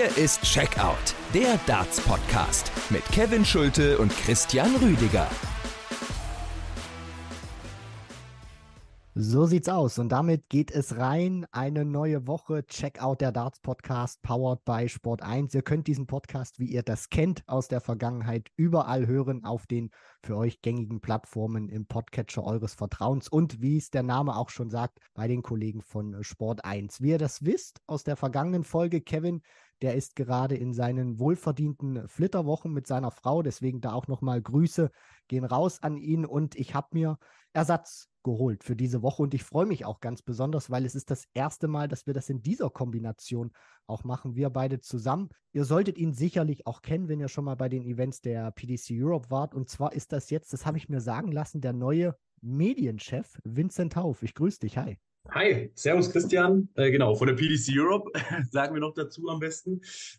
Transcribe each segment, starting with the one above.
Hier ist Checkout, der Darts-Podcast mit Kevin Schulte und Christian Rüdiger. So sieht's aus und damit geht es rein. Eine neue Woche. Checkout, der Darts-Podcast, powered by Sport1. Ihr könnt diesen Podcast, wie ihr das kennt, aus der Vergangenheit überall hören, auf den für euch gängigen Plattformen im Podcatcher eures Vertrauens und, wie es der Name auch schon sagt, bei den Kollegen von Sport1. Wie ihr das wisst, aus der vergangenen Folge, Kevin, der ist gerade in seinen wohlverdienten Flitterwochen mit seiner Frau, deswegen da auch nochmal Grüße gehen raus an ihn und ich habe mir Ersatz geholt für diese Woche und ich freue mich auch ganz besonders, weil es ist das erste Mal, dass wir das in dieser Kombination auch machen, wir beide zusammen. Ihr solltet ihn sicherlich auch kennen, wenn ihr schon mal bei den Events der PDC Europe wart, und zwar ist das jetzt, das habe ich mir sagen lassen, der neue Medienchef Vincent Hauff. Ich grüße dich, hi. Hi, Servus Christian, genau, von der PDC Europe, sagen wir noch dazu am besten.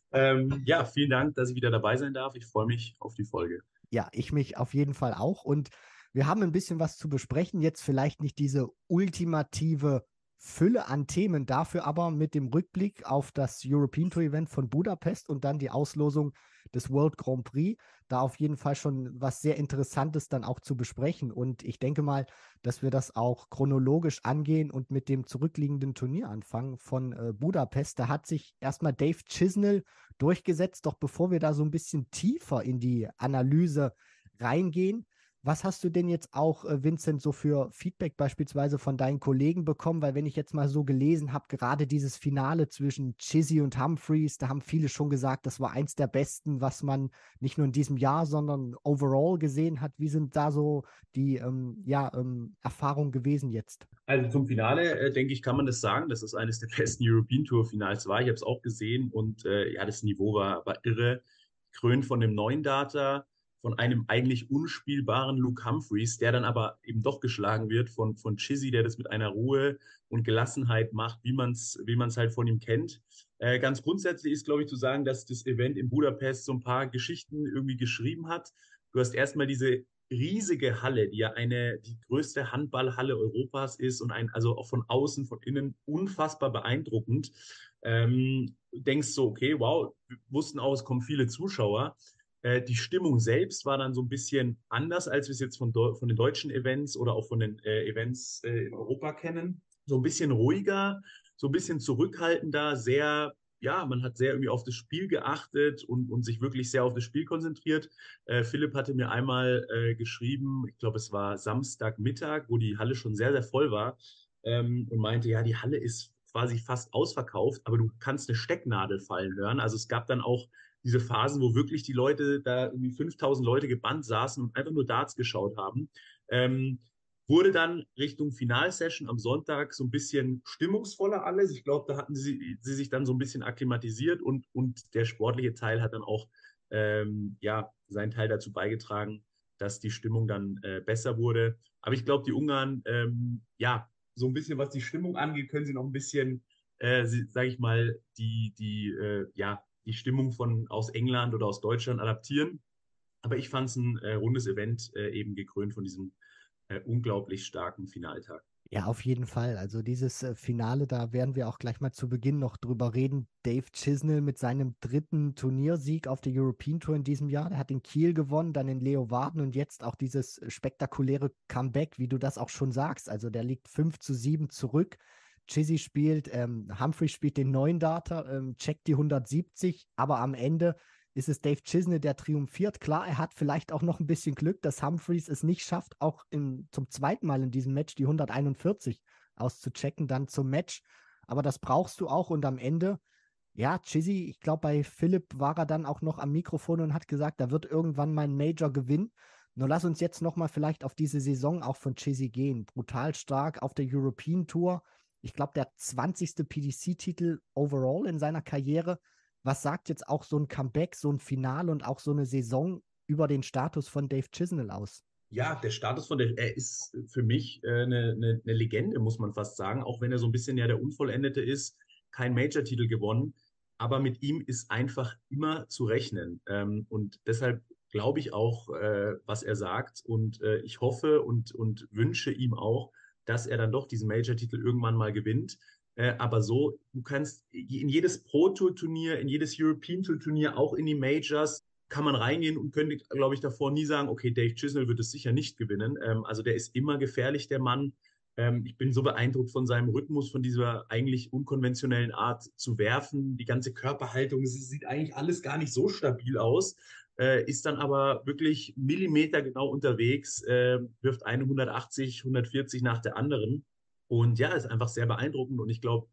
Ja, vielen Dank, dass ich wieder dabei sein darf. Ich freue mich auf die Folge. Ja, ich mich auf jeden Fall auch und wir haben ein bisschen was zu besprechen, jetzt vielleicht nicht diese ultimative Fülle an Themen, dafür aber mit dem Rückblick auf das European Tour Event von Budapest und dann die Auslosung des World Grand Prix, da auf jeden Fall schon was sehr Interessantes dann auch zu besprechen. Und ich denke mal, dass wir das auch chronologisch angehen und mit dem zurückliegenden Turnier anfangen von Budapest. Da hat sich erstmal Dave Chisnell durchgesetzt, doch bevor wir da so ein bisschen tiefer in die Analyse reingehen, was hast du denn jetzt auch, Vincent, so für Feedback beispielsweise von deinen Kollegen bekommen? Weil wenn ich jetzt mal so gelesen habe, gerade dieses Finale zwischen Chizzy und Humphreys, da haben viele schon gesagt, das war eins der besten, was man nicht nur in diesem Jahr, sondern overall gesehen hat. Wie sind da so die Erfahrungen gewesen jetzt? Also zum Finale, denke ich, kann man das sagen, dass es eines der besten European Tour Finals war. Ich habe es auch gesehen und ja, das Niveau war irre. Gekrönt von dem neuen Data, von einem eigentlich unspielbaren Luke Humphreys, der dann aber eben doch geschlagen wird von Chizzy, der das mit einer Ruhe und Gelassenheit macht, wie man's halt von ihm kennt. Ganz grundsätzlich ist, glaube ich, zu sagen, dass das Event in Budapest so ein paar Geschichten irgendwie geschrieben hat. Du hast erstmal diese riesige Halle, die ja die größte Handballhalle Europas ist und also auch von außen, von innen unfassbar beeindruckend. Denkst so, okay, wow, wir wussten auch, es kommen viele Zuschauer. Die Stimmung selbst war dann so ein bisschen anders, als wir es jetzt von den deutschen Events oder auch von den Events in Europa kennen. So ein bisschen ruhiger, so ein bisschen zurückhaltender, ja, man hat sehr irgendwie auf das Spiel geachtet und sich wirklich sehr auf das Spiel konzentriert. Philipp hatte mir einmal geschrieben, ich glaube, es war Samstagmittag, wo die Halle schon sehr, sehr voll war, und meinte, ja, die Halle ist quasi fast ausverkauft, aber du kannst eine Stecknadel fallen hören. Also es gab dann auch diese Phasen, wo wirklich die Leute da irgendwie 5000 Leute gebannt saßen und einfach nur Darts geschaut haben. Wurde dann Richtung Finalsession am Sonntag so ein bisschen stimmungsvoller alles. Ich glaube, da hatten sie sich dann so ein bisschen akklimatisiert und der sportliche Teil hat dann auch ja, seinen Teil dazu beigetragen, dass die Stimmung dann besser wurde. Aber ich glaube, die Ungarn, ja, so ein bisschen, was die Stimmung angeht, können sie noch ein bisschen, sage ich mal, ja, die Stimmung aus England oder aus Deutschland adaptieren. Aber ich fand es ein rundes Event, eben gekrönt von diesem unglaublich starken Finaltag. Ja, auf jeden Fall. Also dieses Finale, da werden wir auch gleich mal zu Beginn noch drüber reden. Dave Chisnell mit seinem dritten Turniersieg auf der European Tour in diesem Jahr. Der hat in Kiel gewonnen, dann in Leeuwarden und jetzt auch dieses spektakuläre Comeback, wie du das auch schon sagst. Also der liegt 5-7 zurück. Chizzy spielt, Humphrey spielt den neuen Data, checkt die 170, aber am Ende ist es Dave Chisnell, der triumphiert. Klar, er hat vielleicht auch noch ein bisschen Glück, dass Humphreys es nicht schafft, auch zum zweiten Mal in diesem Match die 141 auszuchecken, dann zum Match. Aber das brauchst du auch und am Ende, ja, Chizzy, ich glaube, bei Philipp war er dann auch noch am Mikrofon und hat gesagt, da wird irgendwann mal ein Major gewinnen. Nur lass uns jetzt nochmal vielleicht auf diese Saison auch von Chizzy gehen. Brutal stark auf der European Tour. Ich glaube, der 20. PDC-Titel overall in seiner Karriere. Was sagt jetzt auch so ein Comeback, so ein Finale und auch so eine Saison über den Status von Dave Chisnell aus? Ja, der Status er ist für mich eine Legende, muss man fast sagen, auch wenn er so ein bisschen ja der Unvollendete ist, kein Major-Titel gewonnen, aber mit ihm ist einfach immer zu rechnen. Und deshalb glaube ich auch, was er sagt und ich hoffe und wünsche ihm auch, dass er dann doch diesen Major-Titel irgendwann mal gewinnt. Aber so, du kannst in jedes Pro-Tour-Turnier, in jedes European-Tour-Turnier, auch in die Majors, kann man reingehen und könnte, glaube ich, davor nie sagen, okay, Dave Chisnell wird es sicher nicht gewinnen. Also der ist immer gefährlich, der Mann. Ich bin so beeindruckt von seinem Rhythmus, von dieser eigentlich unkonventionellen Art zu werfen. Die ganze Körperhaltung, es sieht eigentlich alles gar nicht so stabil aus, ist dann aber wirklich millimetergenau unterwegs, wirft eine 180, 140 nach der anderen. Und ja, ist einfach sehr beeindruckend und ich glaube,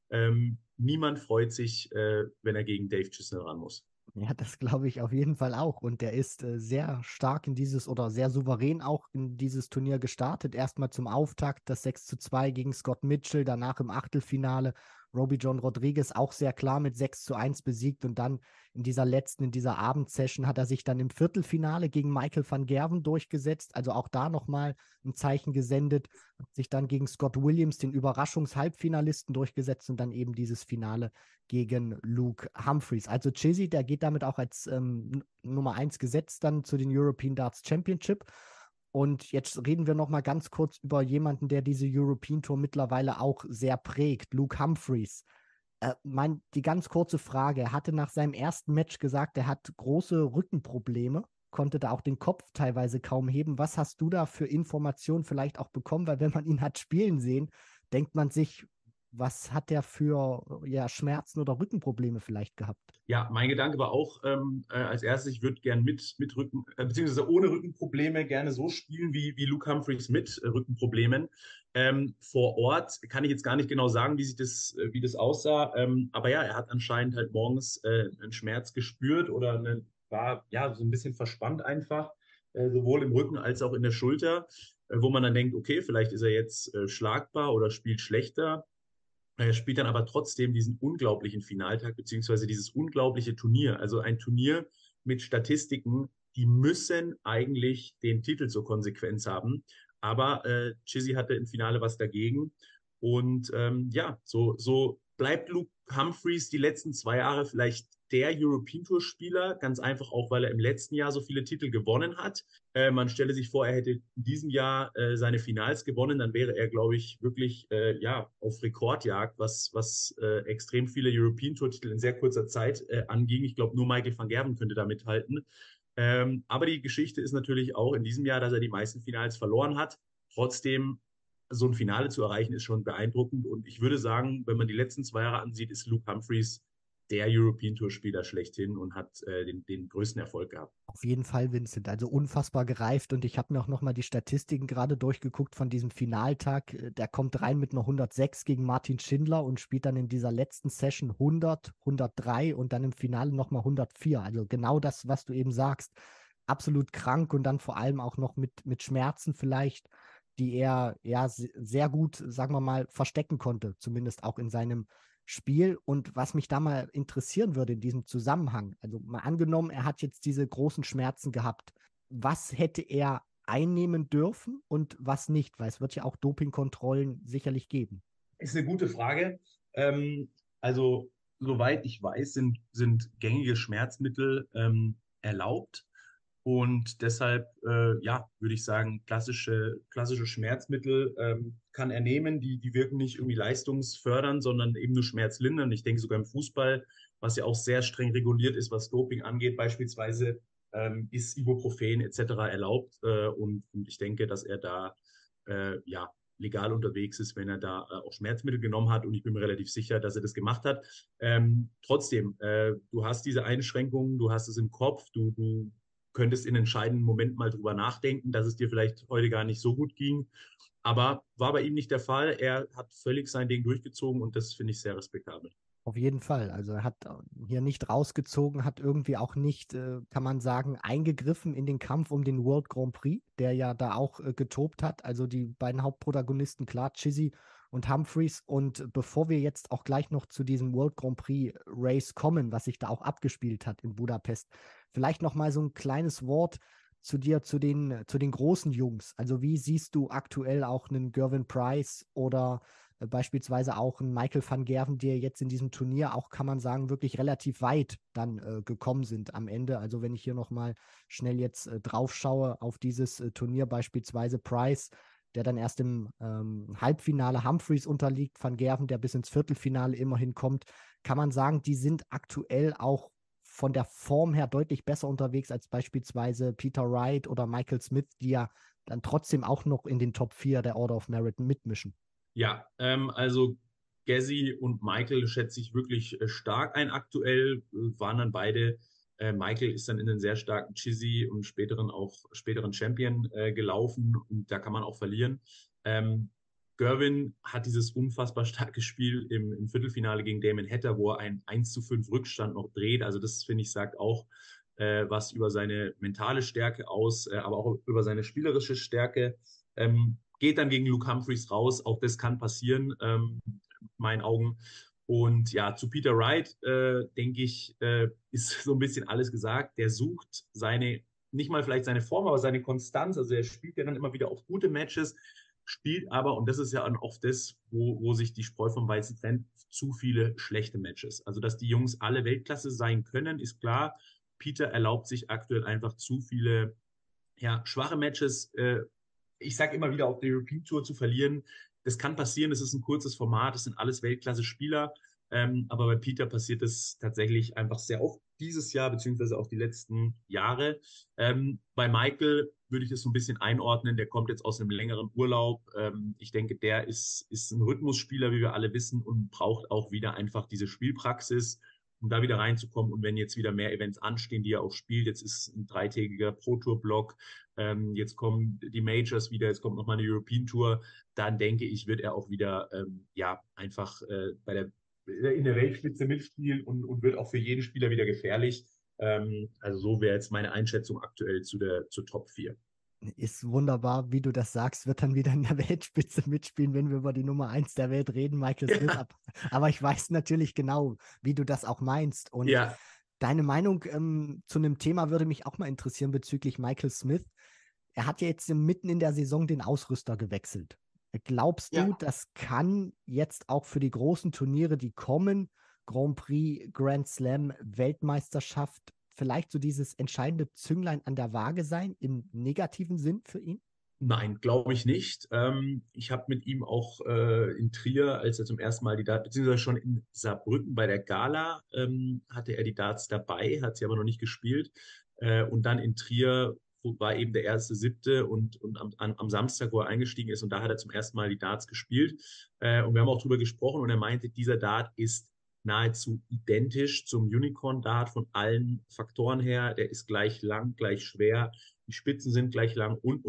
niemand freut sich, wenn er gegen Dave Chisnell ran muss. Ja, das glaube ich auf jeden Fall auch. Und der ist sehr stark in dieses oder sehr souverän auch in dieses Turnier gestartet. Erstmal zum Auftakt das 6:2 gegen Scott Mitchell, danach im Achtelfinale Robbie John Rodriguez auch sehr klar mit 6:1 besiegt. Und dann in dieser Abendsession hat er sich dann im Viertelfinale gegen Michael van Gerwen durchgesetzt. Also auch da nochmal ein Zeichen gesendet, hat sich dann gegen Scott Williams, den Überraschungs-Halbfinalisten, durchgesetzt und dann eben dieses Finale gegen Luke Humphreys. Also Chizzy, der geht damit auch als Nummer 1 gesetzt dann zu den European Darts Championship. Und jetzt reden wir noch mal ganz kurz über jemanden, der diese European Tour mittlerweile auch sehr prägt, Luke Humphreys. Die ganz kurze Frage, er hatte nach seinem ersten Match gesagt, er hat große Rückenprobleme, konnte da auch den Kopf teilweise kaum heben. Was hast du da für Informationen vielleicht auch bekommen? Weil wenn man ihn hat spielen sehen, denkt man sich, was hat der für Schmerzen oder Rückenprobleme vielleicht gehabt? Ja, mein Gedanke war auch als erstes, ich würde gern mit Rücken, beziehungsweise ohne Rückenprobleme gerne so spielen wie Luke Humphreys mit Rückenproblemen. Vor Ort kann ich jetzt gar nicht genau sagen, wie das aussah. Aber ja, er hat anscheinend halt morgens einen Schmerz gespürt oder war ja so ein bisschen verspannt einfach, sowohl im Rücken als auch in der Schulter, wo man dann denkt, okay, vielleicht ist er jetzt schlagbar oder spielt schlechter. Er spielt dann aber trotzdem diesen unglaublichen Finaltag, beziehungsweise dieses unglaubliche Turnier. Also ein Turnier mit Statistiken, die müssen eigentlich den Titel zur Konsequenz haben. Aber Chizzy hatte im Finale was dagegen. Und ja, so bleibt Luke Humphreys die letzten 2 Jahre vielleicht der European Tour Spieler, ganz einfach auch, weil er im letzten Jahr so viele Titel gewonnen hat. Man stelle sich vor, er hätte in diesem Jahr seine Finals gewonnen, dann wäre er, glaube ich, wirklich ja, auf Rekordjagd, was extrem viele European Tour Titel in sehr kurzer Zeit anging. Ich glaube, nur Michael van Gerwen könnte da mithalten. Aber die Geschichte ist natürlich auch in diesem Jahr, dass er die meisten Finals verloren hat. Trotzdem so ein Finale zu erreichen, ist schon beeindruckend. Und ich würde sagen, wenn man die letzten 2 Jahre ansieht, ist Luke Humphreys der European Tour Spieler schlechthin und hat den größten Erfolg gehabt. Auf jeden Fall, Vincent. Also unfassbar gereift. Und ich habe mir auch nochmal die Statistiken gerade durchgeguckt von diesem Finaltag. Der kommt rein mit einer 106 gegen Martin Schindler und spielt dann in dieser letzten Session 100, 103 und dann im Finale nochmal 104. Also genau das, was du eben sagst. Absolut krank und dann vor allem auch noch mit Schmerzen vielleicht, die er ja sehr gut, sagen wir mal, verstecken konnte. Zumindest auch in seinem Spiel. Und was mich da mal interessieren würde in diesem Zusammenhang, also mal angenommen, er hat jetzt diese großen Schmerzen gehabt, was hätte er einnehmen dürfen und was nicht? Weil es wird ja auch Dopingkontrollen sicherlich geben. Ist eine gute Frage. Also, soweit ich weiß, sind gängige Schmerzmittel erlaubt. Und deshalb, ja, würde ich sagen, klassische Schmerzmittel kann er nehmen. Die wirken nicht irgendwie leistungsfördernd, sondern eben nur schmerzlindernd. Ich denke sogar im Fußball, was ja auch sehr streng reguliert ist, was Doping angeht, beispielsweise ist Ibuprofen etc. erlaubt. Und ich denke, dass er da ja, legal unterwegs ist, wenn er da auch Schmerzmittel genommen hat. Und ich bin mir relativ sicher, dass er das gemacht hat. Trotzdem, du hast diese Einschränkungen, du hast es im Kopf, du könntest in entscheidenden Momenten mal drüber nachdenken, dass es dir vielleicht heute gar nicht so gut ging. Aber war bei ihm nicht der Fall. Er hat völlig sein Ding durchgezogen und das finde ich sehr respektabel. Auf jeden Fall. Also er hat hier nicht rausgezogen, hat irgendwie auch nicht, kann man sagen, eingegriffen in den Kampf um den World Grand Prix, der ja da auch getobt hat. Also die beiden Hauptprotagonisten, klar, Chizzy und Humphreys. Und bevor wir jetzt auch gleich noch zu diesem World Grand Prix Race kommen, was sich da auch abgespielt hat in Budapest, vielleicht noch mal so ein kleines Wort zu dir, zu den großen Jungs. Also wie siehst du aktuell auch einen Gervin Price oder beispielsweise auch ein Michael van Gerwen, die jetzt in diesem Turnier auch, kann man sagen, wirklich relativ weit dann gekommen sind am Ende. Also wenn ich hier nochmal schnell jetzt drauf schaue auf dieses Turnier, beispielsweise Price, der dann erst im Halbfinale Humphreys unterliegt, Van Gerven, der bis ins Viertelfinale immerhin kommt. Kann man sagen, die sind aktuell auch von der Form her deutlich besser unterwegs als beispielsweise Peter Wright oder Michael Smith, die ja dann trotzdem auch noch in den Top 4 der Order of Merit mitmischen. Ja, also Gassi und Michael schätze ich wirklich stark ein aktuell, waren dann beide. Michael ist dann in einen sehr starken Chizzy und späteren Champion gelaufen und da kann man auch verlieren. Gervin hat dieses unfassbar starke Spiel im Viertelfinale gegen Damon Hatter, wo er einen 1:5 Rückstand noch dreht. Also das, finde ich, sagt auch was über seine mentale Stärke aus, aber auch über seine spielerische Stärke. Geht dann gegen Luke Humphreys raus. Auch das kann passieren, in meinen Augen. Und ja, zu Peter Wright, denke ich, ist so ein bisschen alles gesagt. Der sucht nicht mal vielleicht seine Form, aber seine Konstanz. Also er spielt ja dann immer wieder auch gute Matches, spielt aber, und das ist ja oft das, wo sich die Spreu vom Weizen trennt, zu viele schlechte Matches. Also dass die Jungs alle Weltklasse sein können, ist klar. Peter erlaubt sich aktuell einfach zu viele schwache Matches. Ich sage immer wieder, auf der European Tour zu verlieren. Das kann passieren, es ist ein kurzes Format, es sind alles Weltklasse-Spieler. Aber bei Peter passiert es tatsächlich einfach sehr oft dieses Jahr, beziehungsweise auch die letzten Jahre. Bei Michael würde ich es so ein bisschen einordnen. Der kommt jetzt aus einem längeren Urlaub. Ich denke, der ist ein Rhythmusspieler, wie wir alle wissen, und braucht auch wieder einfach diese Spielpraxis, um da wieder reinzukommen. Und wenn jetzt wieder mehr Events anstehen, die er auch spielt, jetzt ist ein dreitägiger Pro-Tour-Block, jetzt kommen die Majors wieder, jetzt kommt nochmal eine European Tour, dann denke ich, wird er auch wieder einfach in der Weltspitze mitspielen und wird auch für jeden Spieler wieder gefährlich. Also so wäre jetzt meine Einschätzung aktuell zur Top 4. Ist wunderbar, wie du das sagst, wird dann wieder in der Weltspitze mitspielen, wenn wir über die Nummer 1 der Welt reden, Michael Smith. Ja. Aber ich weiß natürlich genau, wie du das auch meinst. Und Ja. deine Meinung zu einem Thema würde mich auch mal interessieren bezüglich Michael Smith. Er hat ja jetzt mitten in der Saison den Ausrüster gewechselt. Glaubst du, Ja. das kann jetzt auch für die großen Turniere, die kommen, Grand Prix, Grand Slam, Weltmeisterschaft, vielleicht so dieses entscheidende Zünglein an der Waage sein, im negativen Sinn für ihn? Nein, glaube ich nicht. Ich habe mit ihm auch in Trier, als er zum ersten Mal die Darts, beziehungsweise schon in Saarbrücken bei der Gala, hatte er die Darts dabei, hat sie aber noch nicht gespielt. Und dann in Trier war eben der 1.7. und am Samstag, wo er eingestiegen ist, und da hat er zum ersten Mal die Darts gespielt. Und wir haben auch drüber gesprochen und er meinte, dieser Dart ist nahezu identisch zum Unicorn-Dart von allen Faktoren her. Der ist gleich lang, gleich schwer, die Spitzen sind gleich lang und.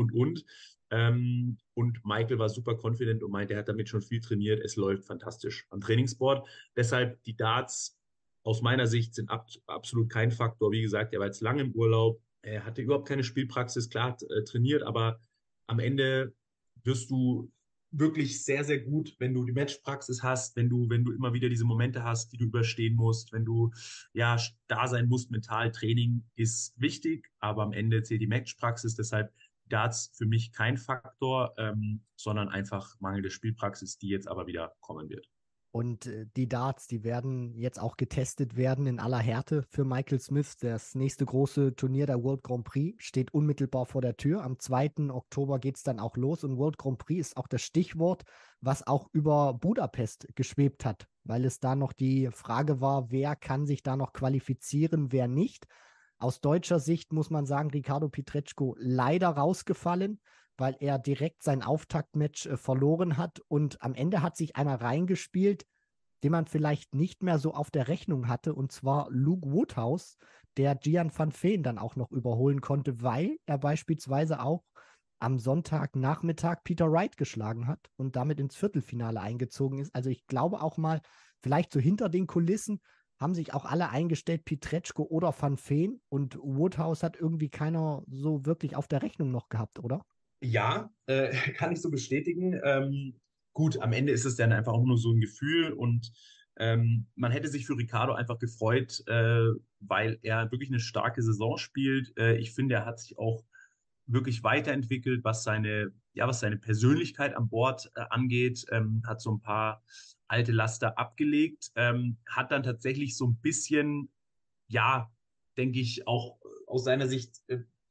Und Michael war super confident und meinte, er hat damit schon viel trainiert. Es läuft fantastisch am Trainingsboard. Deshalb die Darts aus meiner Sicht sind absolut kein Faktor. Wie gesagt, er war jetzt lange im Urlaub. Er hatte überhaupt keine Spielpraxis. Klar, hat trainiert, aber am Ende wirst du wirklich sehr, sehr gut, wenn du die Matchpraxis hast, wenn du immer wieder diese Momente hast, die du überstehen musst, wenn du da sein musst, mental. Training ist wichtig, aber am Ende zählt die Matchpraxis. Deshalb Darts für mich kein Faktor, sondern einfach mangelnde Spielpraxis, die jetzt aber wieder kommen wird. Und die Darts, die werden jetzt auch getestet werden in aller Härte für Michael Smith. Das nächste große Turnier, der World Grand Prix, steht unmittelbar vor der Tür. Am 2. Oktober geht es dann auch los. Und World Grand Prix ist auch das Stichwort, was auch über Budapest geschwebt hat, weil es da noch die Frage war, wer kann sich da noch qualifizieren, wer nicht. Aus deutscher Sicht muss man sagen, Ricardo Pietreczko leider rausgefallen, weil er direkt sein Auftaktmatch verloren hat und am Ende hat sich einer reingespielt, den man vielleicht nicht mehr so auf der Rechnung hatte, und zwar Luke Woodhouse, der Gian van Veen dann auch noch überholen konnte, weil er beispielsweise auch am Sonntagnachmittag Peter Wright geschlagen hat und damit ins Viertelfinale eingezogen ist. Also ich glaube auch mal, vielleicht so hinter den Kulissen haben sich auch alle eingestellt, Pietreczko oder Van Veen, und Woodhouse hat irgendwie keiner so wirklich auf der Rechnung noch gehabt, oder? Ja, kann ich so bestätigen. Gut, am Ende ist es dann einfach auch nur so ein Gefühl und man hätte sich für Ricardo einfach gefreut, weil er wirklich eine starke Saison spielt. Ich finde, er hat sich auch wirklich weiterentwickelt, was seine Persönlichkeit an Bord angeht, hat so ein paar alte Laster abgelegt, hat dann tatsächlich so ein bisschen, ja, denke ich, auch aus seiner Sicht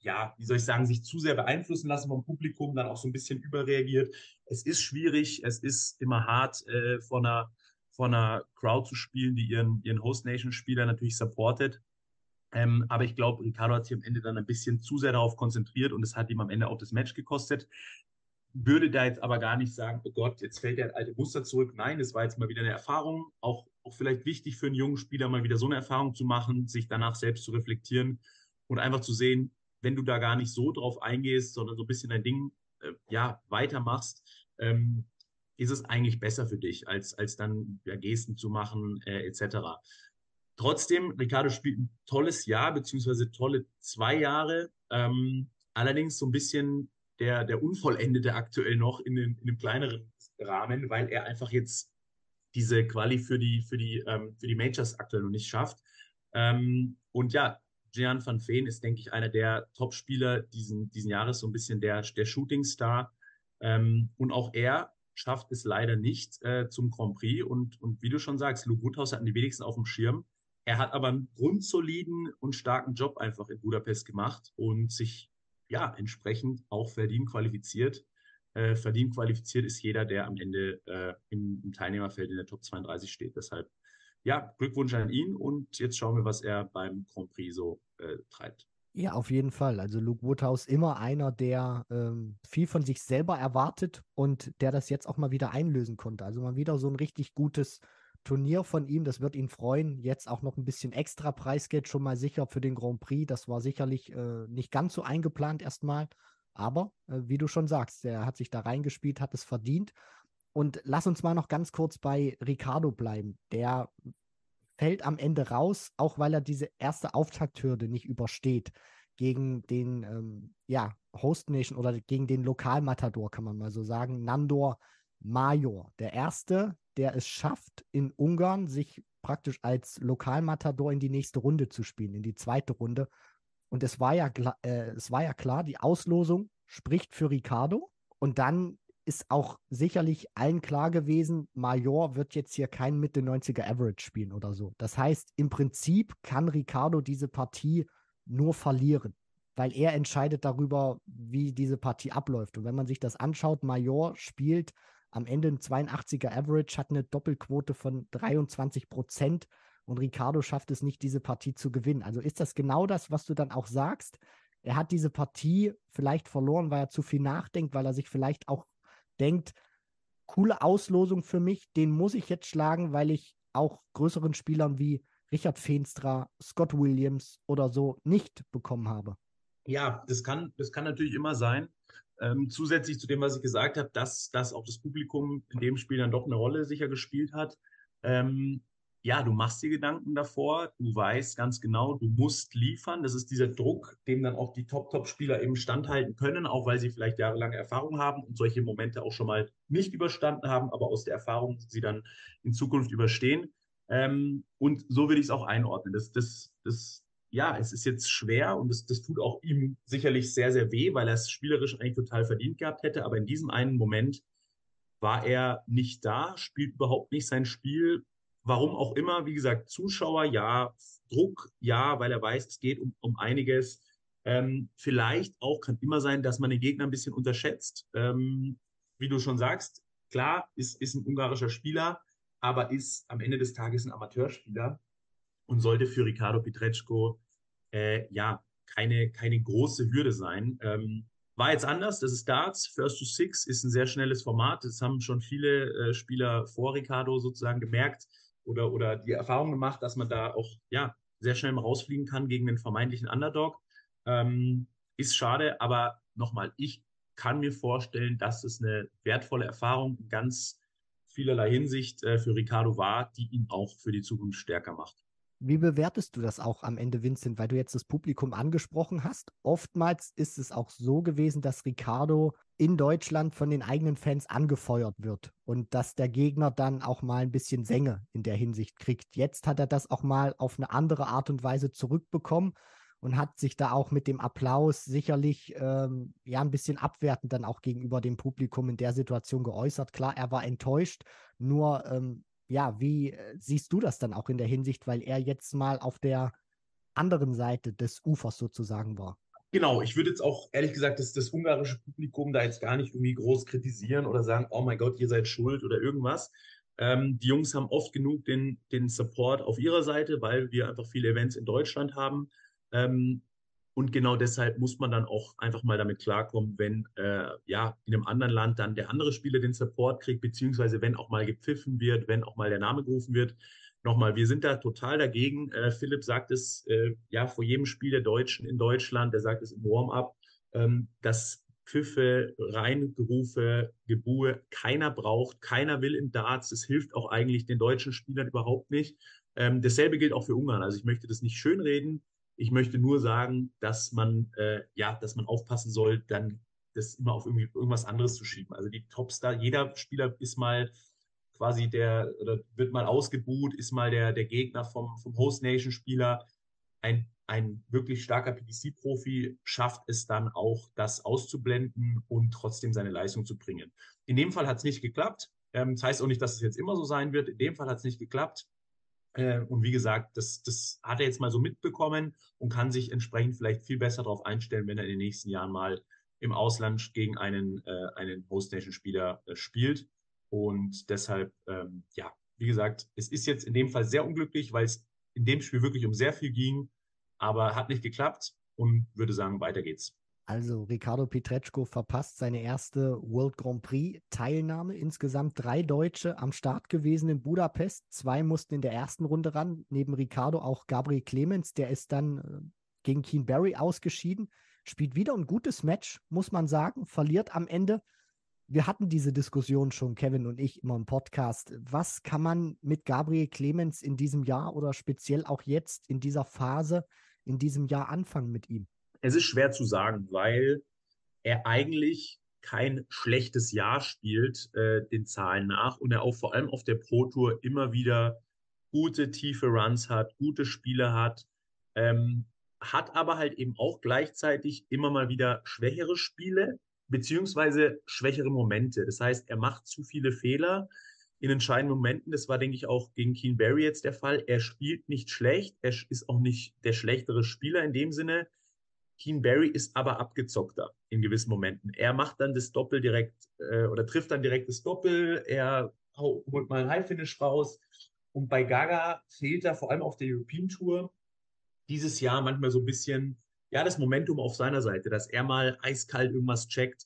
ja, wie soll ich sagen, sich zu sehr beeinflussen lassen vom Publikum, dann auch so ein bisschen überreagiert. Es ist schwierig, es ist immer hart, vor einer Crowd zu spielen, die ihren Host Nation-Spieler natürlich supportet. Aber ich glaube, Ricardo hat sich am Ende dann ein bisschen zu sehr darauf konzentriert und es hat ihm am Ende auch das Match gekostet. Würde da jetzt aber gar nicht sagen, oh Gott, jetzt fällt der alte Muster zurück. Nein, es war jetzt mal wieder eine Erfahrung, auch vielleicht wichtig für einen jungen Spieler, mal wieder so eine Erfahrung zu machen, sich danach selbst zu reflektieren und einfach zu sehen, wenn du da gar nicht so drauf eingehst, sondern so ein bisschen dein Ding ja, weitermachst, ist es eigentlich besser für dich, als dann ja, Gesten zu machen, etc. Trotzdem, Ricardo spielt ein tolles Jahr, beziehungsweise tolle 2 Jahre. Allerdings so ein bisschen der Unvollendete aktuell noch in einem kleineren Rahmen, weil er einfach jetzt diese Quali für die Majors aktuell noch nicht schafft. Und ja, Gian van Veen ist, denke ich, einer der Top-Spieler diesen Jahres, so ein bisschen der Shooting-Star. Und auch er schafft es leider nicht zum Grand Prix. Und wie du schon sagst, Luke Woodhouse hatten die wenigsten auf dem Schirm. Er hat aber einen grundsoliden und starken Job einfach in Budapest gemacht und sich ja entsprechend auch verdient qualifiziert. Verdient qualifiziert ist jeder, der am Ende im Teilnehmerfeld in der Top 32 steht. Deshalb, ja, Glückwunsch an ihn und jetzt schauen wir, was er beim Grand Prix so treibt. Ja, auf jeden Fall. Also Luke Woodhouse immer einer, der viel von sich selber erwartet und der das jetzt auch mal wieder einlösen konnte. Also mal wieder so ein richtig gutes Turnier von ihm. Das wird ihn freuen. Jetzt auch noch ein bisschen extra Preisgeld schon mal sicher für den Grand Prix. Das war sicherlich nicht ganz so eingeplant erstmal. Aber wie du schon sagst, der hat sich da reingespielt, hat es verdient. Und lass uns mal noch ganz kurz bei Ricardo bleiben. Der fällt am Ende raus, auch weil er diese erste Auftakthürde nicht übersteht gegen den Host Nation oder gegen den Lokalmatador, kann man mal so sagen, Nandor Major. Der Erste, der es schafft, in Ungarn sich praktisch als Lokalmatador in die nächste Runde zu spielen, in die zweite Runde. Und es war ja klar, die Auslosung spricht für Ricardo. Und dann ist auch sicherlich allen klar gewesen, Major wird jetzt hier kein Mitte 90er Average spielen oder so. Das heißt, im Prinzip kann Ricardo diese Partie nur verlieren, weil er entscheidet darüber, wie diese Partie abläuft. Und wenn man sich das anschaut, Major spielt am Ende ein 82er Average, hat eine Doppelquote von 23% und Ricardo schafft es nicht, diese Partie zu gewinnen. Also ist das genau das, was du dann auch sagst? Er hat diese Partie vielleicht verloren, weil er zu viel nachdenkt, weil er sich vielleicht auch denkt, coole Auslosung für mich, den muss ich jetzt schlagen, weil ich auch größeren Spielern wie Richard Feenstra, Scott Williams oder so nicht bekommen habe. Ja, das kann natürlich immer sein. Zusätzlich zu dem, was ich gesagt habe, dass auch das Publikum in dem Spiel dann doch eine Rolle sicher gespielt hat. Ja, du machst dir Gedanken davor, du weißt ganz genau, du musst liefern. Das ist dieser Druck, dem dann auch die Top-Spieler eben standhalten können, auch weil sie vielleicht jahrelange Erfahrung haben und solche Momente auch schon mal nicht überstanden haben, aber aus der Erfahrung sie dann in Zukunft überstehen. Und so würde ich es auch einordnen. Ja, es ist jetzt schwer und das tut auch ihm sicherlich sehr, sehr weh, weil er es spielerisch eigentlich total verdient gehabt hätte. Aber in diesem einen Moment war er nicht da, spielt überhaupt nicht sein Spiel. Warum auch immer, wie gesagt, Zuschauer ja, Druck ja, weil er weiß, es geht um einiges. Vielleicht auch kann immer sein, dass man den Gegner ein bisschen unterschätzt. Wie du schon sagst, klar, ist ein ungarischer Spieler, aber ist am Ende des Tages ein Amateurspieler und sollte für Ricardo Pietreczko ja keine große Hürde sein. War jetzt anders, das ist Darts, First to Six ist ein sehr schnelles Format. Das haben schon viele Spieler vor Ricardo sozusagen gemerkt oder die Erfahrung gemacht, dass man da auch ja, sehr schnell mal rausfliegen kann gegen den vermeintlichen Underdog. Ist schade, aber nochmal, ich kann mir vorstellen, dass es eine wertvolle Erfahrung in ganz vielerlei Hinsicht für Ricardo war, die ihn auch für die Zukunft stärker macht. Wie bewertest du das auch am Ende, Vincent, weil du jetzt das Publikum angesprochen hast? Oftmals ist es auch so gewesen, dass Ricardo in Deutschland von den eigenen Fans angefeuert wird und dass der Gegner dann auch mal ein bisschen Sänge in der Hinsicht kriegt. Jetzt hat er das auch mal auf eine andere Art und Weise zurückbekommen und hat sich da auch mit dem Applaus sicherlich ein bisschen abwertend dann auch gegenüber dem Publikum in der Situation geäußert. Klar, er war enttäuscht, nur wie siehst du das dann auch in der Hinsicht, weil er jetzt mal auf der anderen Seite des Ufers sozusagen war? Genau, ich würde jetzt auch ehrlich gesagt das ungarische Publikum da jetzt gar nicht irgendwie groß kritisieren oder sagen, oh mein Gott, ihr seid schuld oder irgendwas. Die Jungs haben oft genug den Support auf ihrer Seite, weil wir einfach viele Events in Deutschland haben. Ähm, und genau deshalb muss man dann auch einfach mal damit klarkommen, wenn ja in einem anderen Land dann der andere Spieler den Support kriegt, beziehungsweise wenn auch mal gepfiffen wird, wenn auch mal der Name gerufen wird. Nochmal, wir sind da total dagegen. Philipp sagt es ja vor jedem Spiel der Deutschen in Deutschland, der sagt es im Warm-up, dass Pfiffe, Reingerufe, Gebuhe keiner braucht, keiner will im Darts. Das hilft auch eigentlich den deutschen Spielern überhaupt nicht. Dasselbe gilt auch für Ungarn. Also ich möchte das nicht schönreden. Ich möchte nur sagen, dass man ja, dass man aufpassen soll, dann das immer auf irgendwie irgendwas anderes zu schieben. Also die Topstar, jeder Spieler ist mal quasi oder wird mal ausgebuht, ist mal der Gegner vom Host Nation Spieler. Ein wirklich starker PDC-Profi schafft es dann auch, das auszublenden und trotzdem seine Leistung zu bringen. In dem Fall hat es nicht geklappt. Das heißt auch nicht, dass es jetzt immer so sein wird. In dem Fall hat es nicht geklappt. Und wie gesagt, das hat er jetzt mal so mitbekommen und kann sich entsprechend vielleicht viel besser darauf einstellen, wenn er in den nächsten Jahren mal im Ausland gegen einen Host Nation Spieler spielt. Und deshalb, ja, wie gesagt, es ist jetzt in dem Fall sehr unglücklich, weil es in dem Spiel wirklich um sehr viel ging, aber hat nicht geklappt und würde sagen, weiter geht's. Also Ricardo Pietreczko verpasst seine erste World Grand Prix Teilnahme. Insgesamt 3 Deutsche am Start gewesen in Budapest. 2 mussten in der ersten Runde ran. Neben Ricardo auch Gabriel Clemens, der ist dann gegen Keen Barry ausgeschieden. Spielt wieder ein gutes Match, muss man sagen. Verliert am Ende. Wir hatten diese Diskussion schon, Kevin und ich, immer im Podcast. Was kann man mit Gabriel Clemens in diesem Jahr oder speziell auch jetzt in dieser Phase, in diesem Jahr anfangen mit ihm? Es ist schwer zu sagen, weil er eigentlich kein schlechtes Jahr spielt, den Zahlen nach, und er auch vor allem auf der Pro Tour immer wieder gute, tiefe Runs hat, gute Spiele hat, hat aber halt eben auch gleichzeitig immer mal wieder schwächere Spiele, beziehungsweise schwächere Momente. Das heißt, er macht zu viele Fehler in entscheidenden Momenten. Das war, denke ich, auch gegen Keen Barry jetzt der Fall. Er spielt nicht schlecht, er ist auch nicht der schlechtere Spieler in dem Sinne. Keen Barry ist aber abgezockter in gewissen Momenten. Er macht dann das Doppel direkt oder trifft dann direkt das Doppel. Er holt mal ein High-Finish raus. Und bei Gaga fehlt da vor allem auf der European Tour dieses Jahr manchmal so ein bisschen, ja, das Momentum auf seiner Seite, dass er mal eiskalt irgendwas checkt.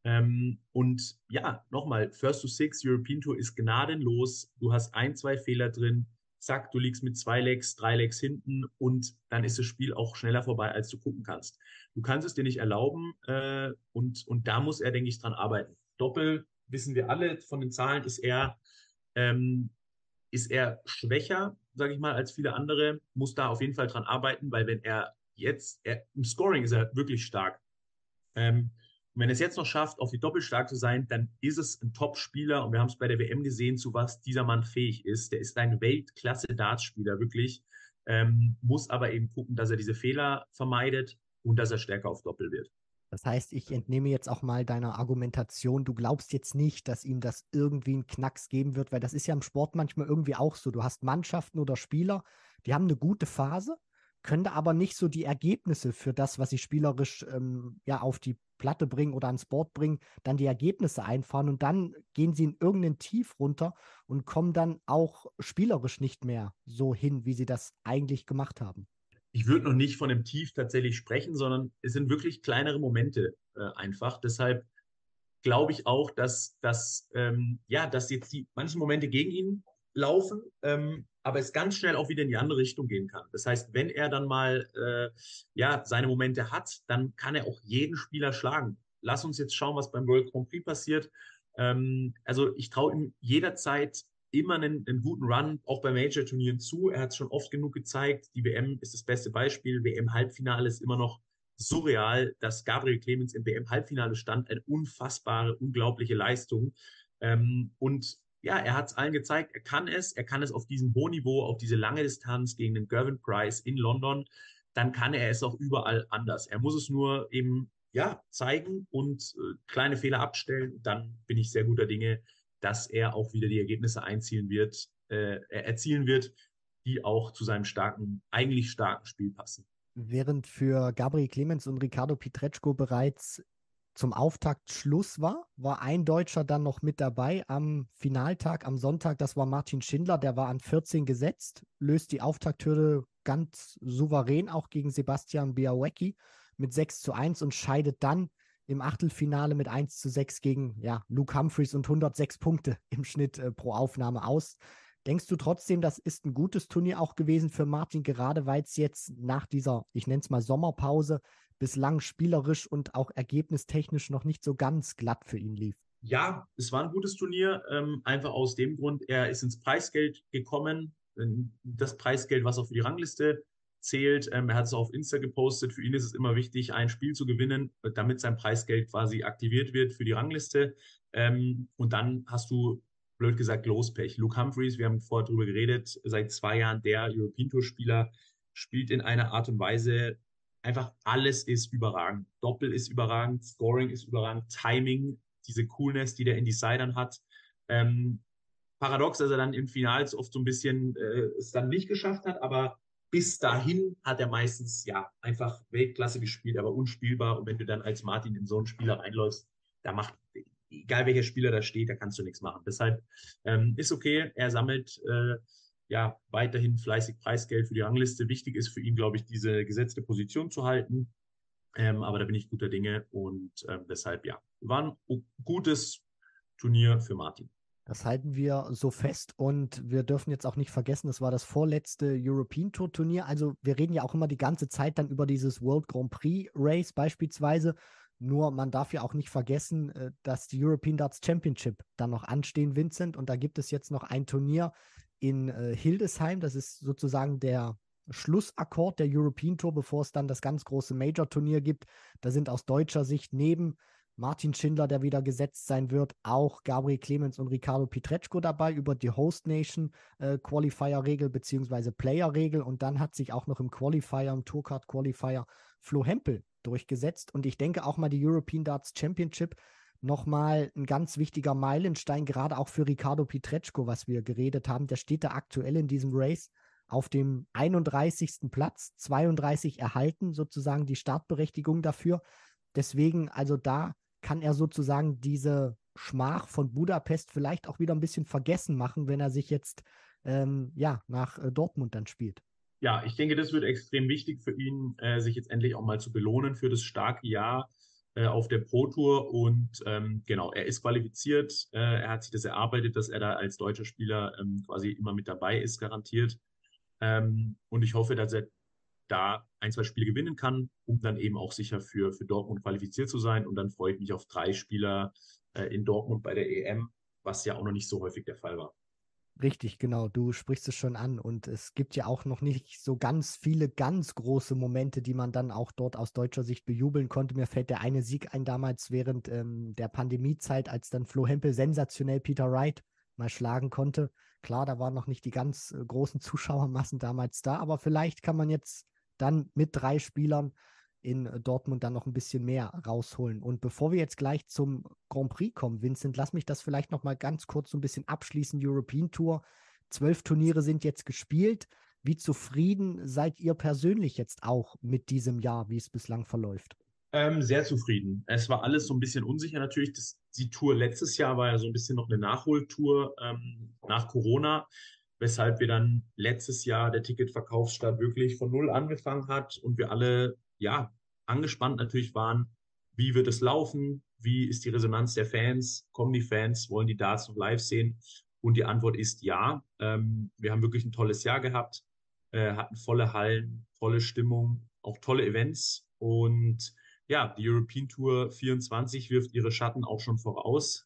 Und ja, nochmal, First to Six, European Tour ist gnadenlos. Du hast 1, 2 Fehler drin. Zack, du liegst mit 2 Legs, 3 Legs hinten und dann ist das Spiel auch schneller vorbei, als du gucken kannst. Du kannst es dir nicht erlauben und da muss er, denke ich, dran arbeiten. Doppel, wissen wir alle, von den Zahlen ist er schwächer, sage ich mal, als viele andere, muss da auf jeden Fall dran arbeiten, weil wenn im Scoring ist er wirklich stark. Und wenn er es jetzt noch schafft, auf die Doppelstark zu sein, dann ist es ein Top-Spieler und wir haben es bei der WM gesehen, zu was dieser Mann fähig ist. Der ist ein Weltklasse-Dartspieler, wirklich. Muss aber eben gucken, dass er diese Fehler vermeidet und dass er stärker auf Doppel wird. Das heißt, ich entnehme jetzt auch mal deiner Argumentation, du glaubst jetzt nicht, dass ihm das irgendwie einen Knacks geben wird, weil das ist ja im Sport manchmal irgendwie auch so. Du hast Mannschaften oder Spieler, die haben eine gute Phase, können da aber nicht so die Ergebnisse für das, was sie spielerisch ja auf die Platte bringen oder ans Board bringen, dann die Ergebnisse einfahren und dann gehen sie in irgendein Tief runter und kommen dann auch spielerisch nicht mehr so hin, wie sie das eigentlich gemacht haben. Ich würde noch nicht von einem Tief tatsächlich sprechen, sondern es sind wirklich kleinere Momente einfach. Deshalb glaube ich auch, dass jetzt die manchen Momente gegen ihn laufen, aber es ganz schnell auch wieder in die andere Richtung gehen kann. Das heißt, wenn er dann mal seine Momente hat, dann kann er auch jeden Spieler schlagen. Lass uns jetzt schauen, was beim World Grand Prix passiert. Also ich traue ihm jederzeit immer einen guten Run, auch bei Major-Turnieren zu. Er hat es schon oft genug gezeigt. Die WM ist das beste Beispiel. WM-Halbfinale ist immer noch surreal, dass Gabriel Clemens im WM-Halbfinale stand. Eine unfassbare, unglaubliche Leistung. Und ja, er hat es allen gezeigt, er kann es auf diesem hohen Niveau, auf diese lange Distanz gegen den Gervin Price in London, dann kann er es auch überall anders. Er muss es nur eben, ja, zeigen und kleine Fehler abstellen. Dann bin ich sehr guter Dinge, dass er auch wieder die Ergebnisse erzielen wird, die auch zu seinem eigentlich starken Spiel passen. Während für Gabriel Clemens und Ricardo Pietreczko bereits zum Auftakt Schluss war ein Deutscher dann noch mit dabei am Finaltag, am Sonntag. Das war Martin Schindler, der war an 14 gesetzt, löst die Auftakthürde ganz souverän auch gegen Sebastian Białowieski mit 6:1 und scheidet dann im Achtelfinale mit 1:6 gegen Luke Humphries und 106 Punkte im Schnitt pro Aufnahme aus. Denkst du trotzdem, das ist ein gutes Turnier auch gewesen für Martin, gerade weil es jetzt nach dieser, ich nenne es mal Sommerpause, bislang spielerisch und auch ergebnistechnisch noch nicht so ganz glatt für ihn lief? Ja, es war ein gutes Turnier, einfach aus dem Grund, er ist ins Preisgeld gekommen, das Preisgeld, was auch für die Rangliste zählt. Er hat es auf Insta gepostet. Für ihn ist es immer wichtig, ein Spiel zu gewinnen, damit sein Preisgeld quasi aktiviert wird für die Rangliste. Und dann hast du, blöd gesagt, Lospech. Luke Humphries, wir haben vorher drüber geredet, seit 2 Jahren der European Tour Spieler, spielt in einer Art und Weise, einfach alles ist überragend. Doppel ist überragend, Scoring ist überragend, Timing, diese Coolness, die der in Decidern hat. Paradox, dass er dann im Finals oft so ein bisschen es dann nicht geschafft hat, aber bis dahin hat er meistens einfach Weltklasse gespielt, aber unspielbar. Und wenn du dann als Martin in so einen Spieler reinläufst, da macht, egal welcher Spieler da steht, da kannst du nichts machen. Deshalb ist okay, er sammelt weiterhin fleißig Preisgeld für die Rangliste. Wichtig ist für ihn, glaube ich, diese gesetzte Position zu halten. Aber da bin ich guter Dinge und deshalb war ein gutes Turnier für Martin. Das halten wir so fest und wir dürfen jetzt auch nicht vergessen, es war das vorletzte European Tour Turnier. Also wir reden ja auch immer die ganze Zeit dann über dieses World Grand Prix Race beispielsweise. Nur man darf ja auch nicht vergessen, dass die European Darts Championship dann noch anstehen, Vincent. Und da gibt es jetzt noch ein Turnier in Hildesheim. Das ist sozusagen der Schlussakkord der European Tour, bevor es dann das ganz große Major-Turnier gibt. Da sind aus deutscher Sicht neben Martin Schindler, der wieder gesetzt sein wird, auch Gabriel Clemens und Ricardo Pietreczko dabei über die Host Nation Qualifier-Regel bzw. Player-Regel. Und dann hat sich auch noch im Qualifier, im Tourcard-Qualifier Flo Hempel durchgesetzt. Und ich denke auch mal die European Darts Championship nochmal ein ganz wichtiger Meilenstein, gerade auch für Ricardo Pietreczko, was wir geredet haben. Der steht da aktuell in diesem Race auf dem 31. Platz, 32 erhalten, sozusagen die Startberechtigung dafür. Deswegen, also da kann er sozusagen diese Schmach von Budapest vielleicht auch wieder ein bisschen vergessen machen, wenn er sich jetzt nach Dortmund dann spielt. Ja, ich denke, das wird extrem wichtig für ihn, sich jetzt endlich auch mal zu belohnen für das starke Jahr auf der Pro Tour. Und genau, er ist qualifiziert. Er hat sich das erarbeitet, dass er da als deutscher Spieler quasi immer mit dabei ist, garantiert. Und ich hoffe, dass er da 1, 2 Spiele gewinnen kann, um dann eben auch sicher für Dortmund qualifiziert zu sein. Und dann freue ich mich auf 3 Spieler in Dortmund bei der EM, was ja auch noch nicht so häufig der Fall war. Richtig, genau. Du sprichst es schon an. Und es gibt ja auch noch nicht so ganz viele ganz große Momente, die man dann auch dort aus deutscher Sicht bejubeln konnte. Mir fällt der eine Sieg ein damals während der Pandemiezeit, als dann Flo Hempel sensationell Peter Wright mal schlagen konnte. Klar, da waren noch nicht die ganz großen Zuschauermassen damals da, aber vielleicht kann man jetzt dann mit 3 Spielern in Dortmund dann noch ein bisschen mehr rausholen. Und bevor wir jetzt gleich zum Grand Prix kommen, Vincent, lass mich das vielleicht noch mal ganz kurz so ein bisschen abschließen. European Tour, 12 Turniere sind jetzt gespielt. Wie zufrieden seid ihr persönlich jetzt auch mit diesem Jahr, wie es bislang verläuft? Sehr zufrieden. Es war alles so ein bisschen unsicher natürlich. Die Tour letztes Jahr war ja so ein bisschen noch eine Nachholtour nach Corona, weshalb wir dann letztes Jahr der Ticketverkaufsstart wirklich von null angefangen hat und wir alle angespannt natürlich waren, wie wird es laufen, wie ist die Resonanz der Fans, kommen die Fans, wollen die Darts noch live sehen? Und die Antwort ist ja. Wir haben wirklich ein tolles Jahr gehabt, hatten volle Hallen, tolle Stimmung, auch tolle Events und ja, die European Tour 24 wirft ihre Schatten auch schon voraus.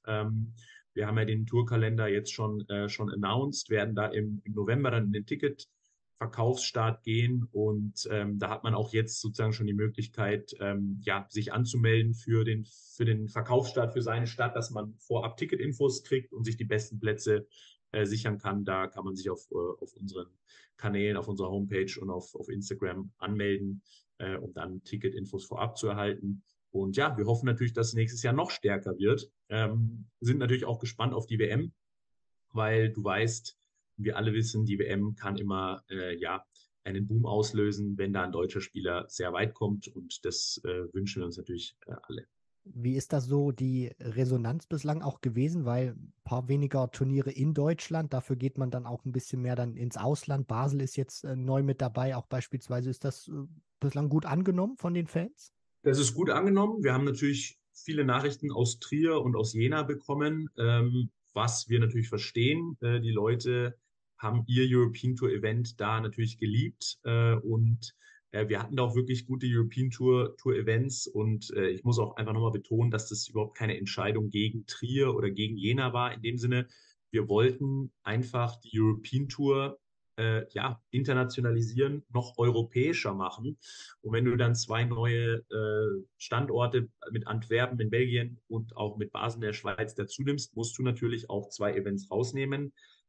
Wir haben ja den Tourkalender jetzt schon announced, werden da im November dann in den Ticketverkaufsstart gehen und da hat man auch jetzt sozusagen schon die Möglichkeit, sich anzumelden für den Verkaufsstart für seine Stadt, dass man vorab Ticketinfos kriegt und sich die besten Plätze sichern kann. Da kann man sich auf unseren Kanälen, auf unserer Homepage und auf Instagram anmelden, um dann Ticketinfos vorab zu erhalten. Und ja, wir hoffen natürlich, dass nächstes Jahr noch stärker wird. Sind natürlich auch gespannt auf die WM, weil du weißt, wir alle wissen, die WM kann immer einen Boom auslösen, wenn da ein deutscher Spieler sehr weit kommt. Und das wünschen wir uns natürlich alle. Wie ist das so die Resonanz bislang auch gewesen? Weil ein paar weniger Turniere in Deutschland, dafür geht man dann auch ein bisschen mehr dann ins Ausland. Basel ist jetzt neu mit dabei, auch beispielsweise. Ist das bislang gut angenommen von den Fans? Das ist gut angenommen. Wir haben natürlich viele Nachrichten aus Trier und aus Jena bekommen, was wir natürlich verstehen. Die Leute haben ihr European Tour Event da natürlich geliebt und wir hatten da auch wirklich gute European Tour Events und ich muss auch einfach nochmal betonen, dass das überhaupt keine Entscheidung gegen Trier oder gegen Jena war in dem Sinne. Wir wollten einfach die European Tour ja, internationalisieren, noch europäischer machen. Und wenn du dann zwei neue Standorte mit Antwerpen in Belgien und auch mit Basel in der Schweiz dazu nimmst, musst du natürlich auch zwei Events rausnehmen.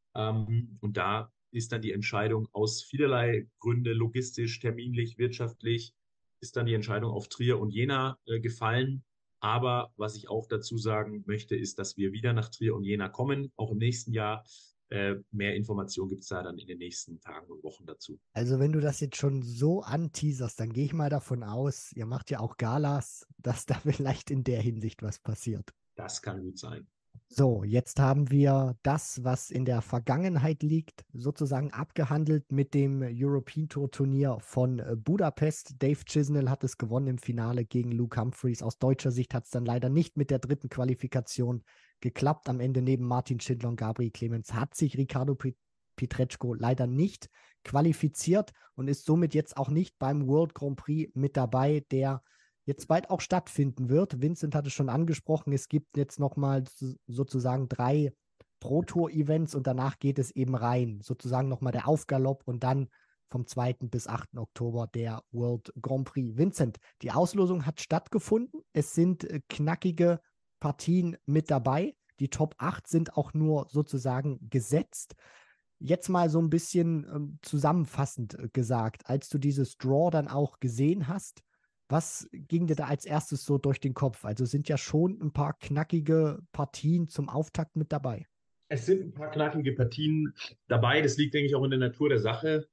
Und da ist dann die Entscheidung aus vielerlei Gründe, logistisch, terminlich, wirtschaftlich, ist dann die Entscheidung auf Trier und Jena gefallen. Aber was ich auch dazu sagen möchte, ist, dass wir wieder nach Trier und Jena kommen, auch im nächsten Jahr. Mehr Informationen gibt es da dann in den nächsten Tagen und Wochen dazu. Also wenn du das jetzt schon so anteaserst, dann gehe ich mal davon aus, ihr macht ja auch Galas, dass da vielleicht in der Hinsicht was passiert. Das kann gut sein. So, jetzt haben wir das, was in der Vergangenheit liegt, sozusagen abgehandelt mit dem European Tour Turnier von Budapest. Dave Chisnell hat es gewonnen im Finale gegen Luke Humphreys. Aus deutscher Sicht hat es dann leider nicht mit der dritten Qualifikation geklappt. Am Ende neben Martin Schindler und Gabriel Clemens hat sich Riccardo Pietreczko leider nicht qualifiziert und ist somit jetzt auch nicht beim World Grand Prix mit dabei, der jetzt bald auch stattfinden wird. Vincent hat es schon angesprochen, es gibt jetzt nochmal sozusagen 3 Pro-Tour-Events und danach geht es eben rein. Sozusagen nochmal der Aufgalopp und dann vom 2. bis 8. Oktober der World Grand Prix. Vincent, die Auslosung hat stattgefunden. Es sind knackige Partien mit dabei. Die Top 8 sind auch nur sozusagen gesetzt. Jetzt mal so ein bisschen zusammenfassend gesagt, als du dieses Draw dann auch gesehen hast, was ging dir da als erstes so durch den Kopf? Also sind ja schon ein paar knackige Partien zum Auftakt mit dabei. Es sind ein paar knackige Partien dabei. Das liegt, denke ich, auch in der Natur der Sache.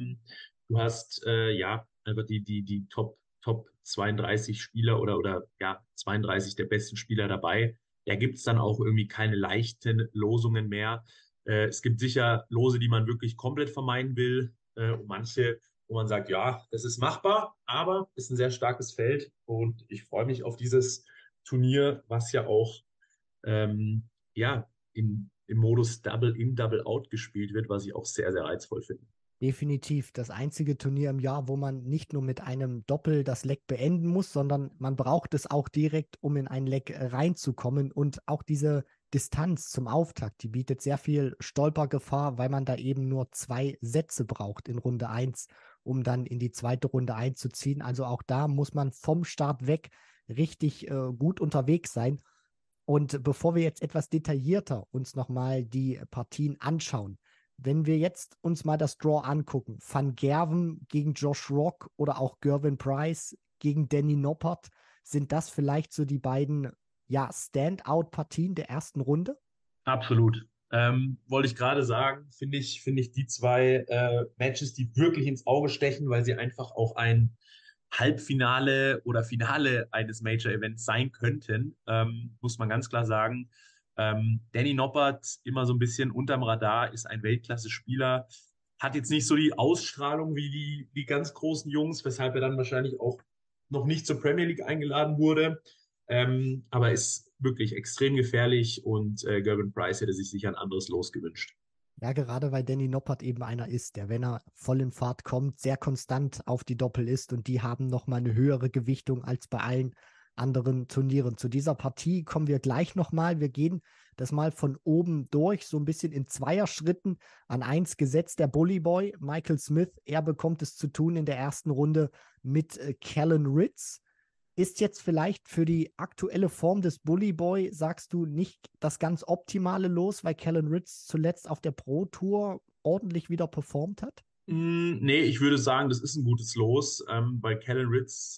Du hast ja einfach die Top 32 Spieler oder ja 32 der besten Spieler dabei. Da gibt es dann auch irgendwie keine leichten Losungen mehr. Es gibt sicher Lose, die man wirklich komplett vermeiden will und manche, wo man sagt, ja, das ist machbar, aber es ist ein sehr starkes Feld und ich freue mich auf dieses Turnier, was ja auch ja, im Modus Double In, Double Out gespielt wird, was ich auch sehr, sehr reizvoll finde. Definitiv das einzige Turnier im Jahr, wo man nicht nur mit einem Doppel das Leck beenden muss, sondern man braucht es auch direkt, um in ein Leck reinzukommen. Und auch diese Distanz zum Auftakt, die bietet sehr viel Stolpergefahr, weil man da eben nur 2 Sätze braucht in Runde 1, um dann in die zweite Runde einzuziehen. Also auch da muss man vom Start weg richtig gut unterwegs sein. Und bevor wir jetzt etwas detaillierter uns nochmal die Partien anschauen, wenn wir jetzt uns mal das Draw angucken, Van Gerwen gegen Josh Rock oder auch Gervin Price gegen Danny Noppert, sind das vielleicht so die beiden ja, Standout-Partien der ersten Runde? Absolut. Wollte ich gerade sagen, finde ich die zwei Matches, die wirklich ins Auge stechen, weil sie einfach auch ein Halbfinale oder Finale eines Major-Events sein könnten, muss man ganz klar sagen. Danny Noppert, immer so ein bisschen unterm Radar, ist ein Weltklasse-Spieler, hat jetzt nicht so die Ausstrahlung wie die ganz großen Jungs, weshalb er dann wahrscheinlich auch noch nicht zur Premier League eingeladen wurde. Aber ist wirklich extrem gefährlich und Gervin Price hätte sich sicher ein anderes Los gewünscht. Ja, gerade weil Danny Noppert eben einer ist, der, wenn er voll in Fahrt kommt, sehr konstant auf die Doppel ist und die haben nochmal eine höhere Gewichtung als bei allen anderen Turnieren. Zu dieser Partie kommen wir gleich nochmal. Wir gehen das mal von oben durch, so ein bisschen in Zweierschritten. An 1 gesetzt der Bully Boy, Michael Smith. Er bekommt es zu tun in der ersten Runde mit Callan Ritz. Ist jetzt vielleicht für die aktuelle Form des Bully Boy, sagst du, nicht das ganz optimale Los, weil Callan Ritz zuletzt auf der Pro Tour ordentlich wieder performt hat? Nee, ich würde sagen, das ist ein gutes Los, weil Callan Ritz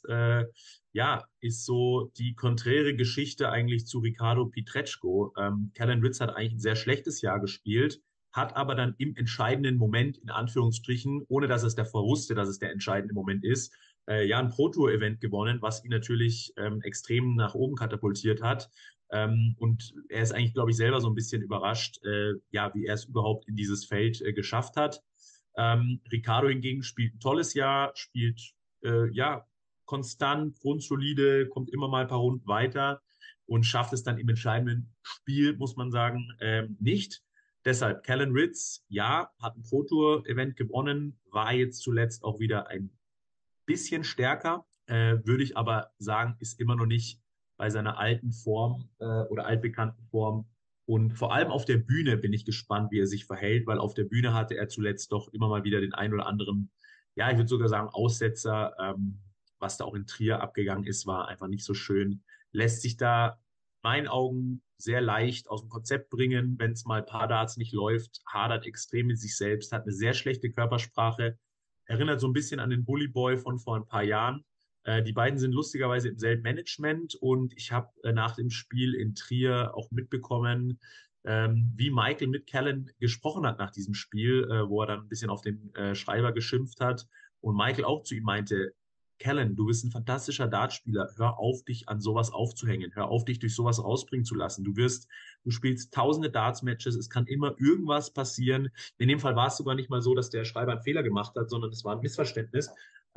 ja, ist so die konträre Geschichte eigentlich zu Riccardo Pietreczko. Callan Ritz hat eigentlich ein sehr schlechtes Jahr gespielt, hat aber dann im entscheidenden Moment, in Anführungsstrichen, ohne dass es davor wusste, dass es der entscheidende Moment ist, ja, ein Pro-Tour-Event gewonnen, was ihn natürlich extrem nach oben katapultiert hat. Und er ist eigentlich, glaube ich, selber so ein bisschen überrascht, ja, wie er es überhaupt in dieses Feld geschafft hat. Ricardo hingegen spielt ein tolles Jahr, spielt ja konstant, grundsolide, kommt immer mal ein paar Runden weiter und schafft es dann im entscheidenden Spiel, muss man sagen, nicht. Deshalb, Callan Ritz, ja, hat ein Pro-Tour-Event gewonnen, war jetzt zuletzt auch wieder ein bisschen stärker, würde ich aber sagen, ist immer noch nicht bei seiner alten Form oder altbekannten Form. Und vor allem auf der Bühne bin ich gespannt, wie er sich verhält, weil auf der Bühne hatte er zuletzt doch immer mal wieder den ein oder anderen, ja, ich würde sogar sagen, Aussetzer. Was da auch in Trier abgegangen ist, war einfach nicht so schön. Lässt sich da in meinen Augen sehr leicht aus dem Konzept bringen, wenn es mal ein paar Darts nicht läuft, hadert extrem mit sich selbst, hat eine sehr schlechte Körpersprache, erinnert so ein bisschen an den Bully Boy von vor ein paar Jahren. Die beiden sind lustigerweise im selben Management und ich habe nach dem Spiel in Trier auch mitbekommen, wie Michael mit Callan gesprochen hat nach diesem Spiel, wo er dann ein bisschen auf den Schreiber geschimpft hat und Michael auch zu ihm meinte, Callan, du bist ein fantastischer Dartspieler. Hör auf, dich an sowas aufzuhängen. Hör auf, dich durch sowas rausbringen zu lassen. Du spielst tausende Darts-Matches. Es kann immer irgendwas passieren. In dem Fall war es sogar nicht mal so, dass der Schreiber einen Fehler gemacht hat, sondern es war ein Missverständnis.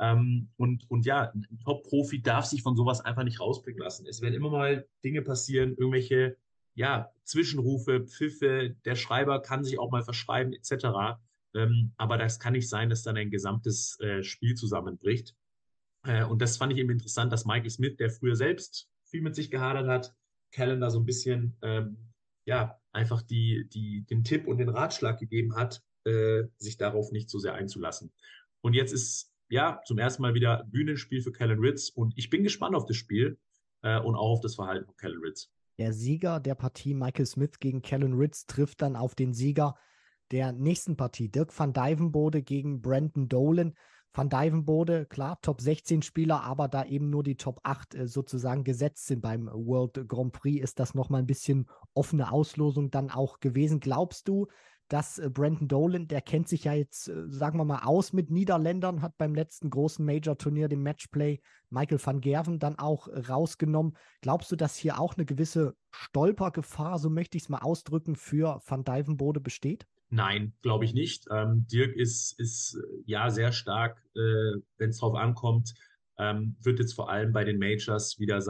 Und ja, ein Top-Profi darf sich von sowas einfach nicht rausbringen lassen. Es werden immer mal Dinge passieren, irgendwelche, ja, Zwischenrufe, Pfiffe. Der Schreiber kann sich auch mal verschreiben, etc. Aber das kann nicht sein, dass dann ein gesamtes Spiel zusammenbricht. Und das fand ich eben interessant, dass Michael Smith, der früher selbst viel mit sich gehadert hat, Callan da so ein bisschen ja, einfach den Tipp und den Ratschlag gegeben hat, sich darauf nicht so sehr einzulassen. Und jetzt ist ja zum ersten Mal wieder ein Bühnenspiel für Callan Ritz und ich bin gespannt auf das Spiel und auch auf das Verhalten von Callan Ritz. Der Sieger der Partie Michael Smith gegen Callan Ritz trifft dann auf den Sieger der nächsten Partie, Dirk van Dijvenbode gegen Brandon Dolan. Van Dijvenbode, klar, Top 16 Spieler, aber da eben nur die Top 8 sozusagen gesetzt sind beim World Grand Prix, ist das nochmal ein bisschen offene Auslosung dann auch gewesen. Glaubst du, dass Brandon Dolan, der kennt sich ja jetzt, sagen wir mal, aus mit Niederländern, hat beim letzten großen Major-Turnier, dem Matchplay, Michael van Gerven dann auch rausgenommen. Glaubst du, dass hier auch eine gewisse Stolpergefahr, so möchte ich es mal ausdrücken, für Van Dijvenbode besteht? Nein, glaube ich nicht. Dirk ist ja sehr stark, wenn es drauf ankommt, wird jetzt vor allem bei den Majors wieder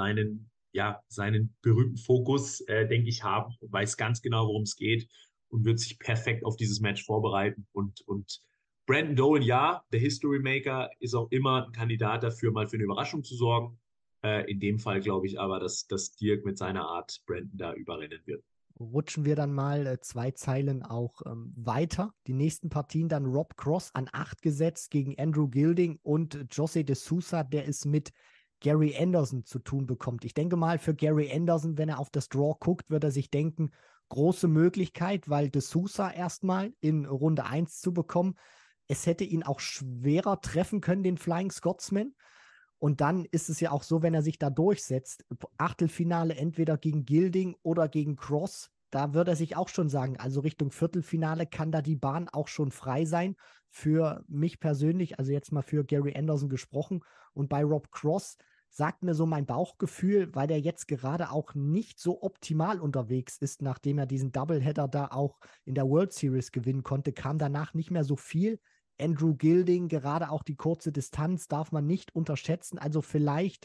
seinen berühmten Fokus, denke ich, haben und weiß ganz genau, worum es geht und wird sich perfekt auf dieses Match vorbereiten. Und Brandon Dolan, ja, der History Maker, ist auch immer ein Kandidat dafür, mal für eine Überraschung zu sorgen. In dem Fall glaube ich aber, dass Dirk mit seiner Art Brandon da überrennen wird. Rutschen wir dann mal 2 Zeilen auch weiter. Die nächsten Partien dann Rob Cross an 8 gesetzt gegen Andrew Gilding und José de Sousa, der es mit Gary Anderson zu tun bekommt. Ich denke mal, für Gary Anderson, wenn er auf das Draw guckt, wird er sich denken, große Möglichkeit, weil de Sousa erstmal in Runde 1 zu bekommen. Es hätte ihn auch schwerer treffen können, den Flying Scotsman. Und dann ist es ja auch so, wenn er sich da durchsetzt, Achtelfinale entweder gegen Gilding oder gegen Cross, da würde er sich auch schon sagen, also Richtung Viertelfinale kann da die Bahn auch schon frei sein. Für mich persönlich, also jetzt mal für Gary Anderson gesprochen. Und bei Rob Cross sagt mir so mein Bauchgefühl, weil der jetzt gerade auch nicht so optimal unterwegs ist, nachdem er diesen Doubleheader da auch in der World Series gewinnen konnte, kam danach nicht mehr so viel. Andrew Gilding, gerade auch die kurze Distanz darf man nicht unterschätzen. Also vielleicht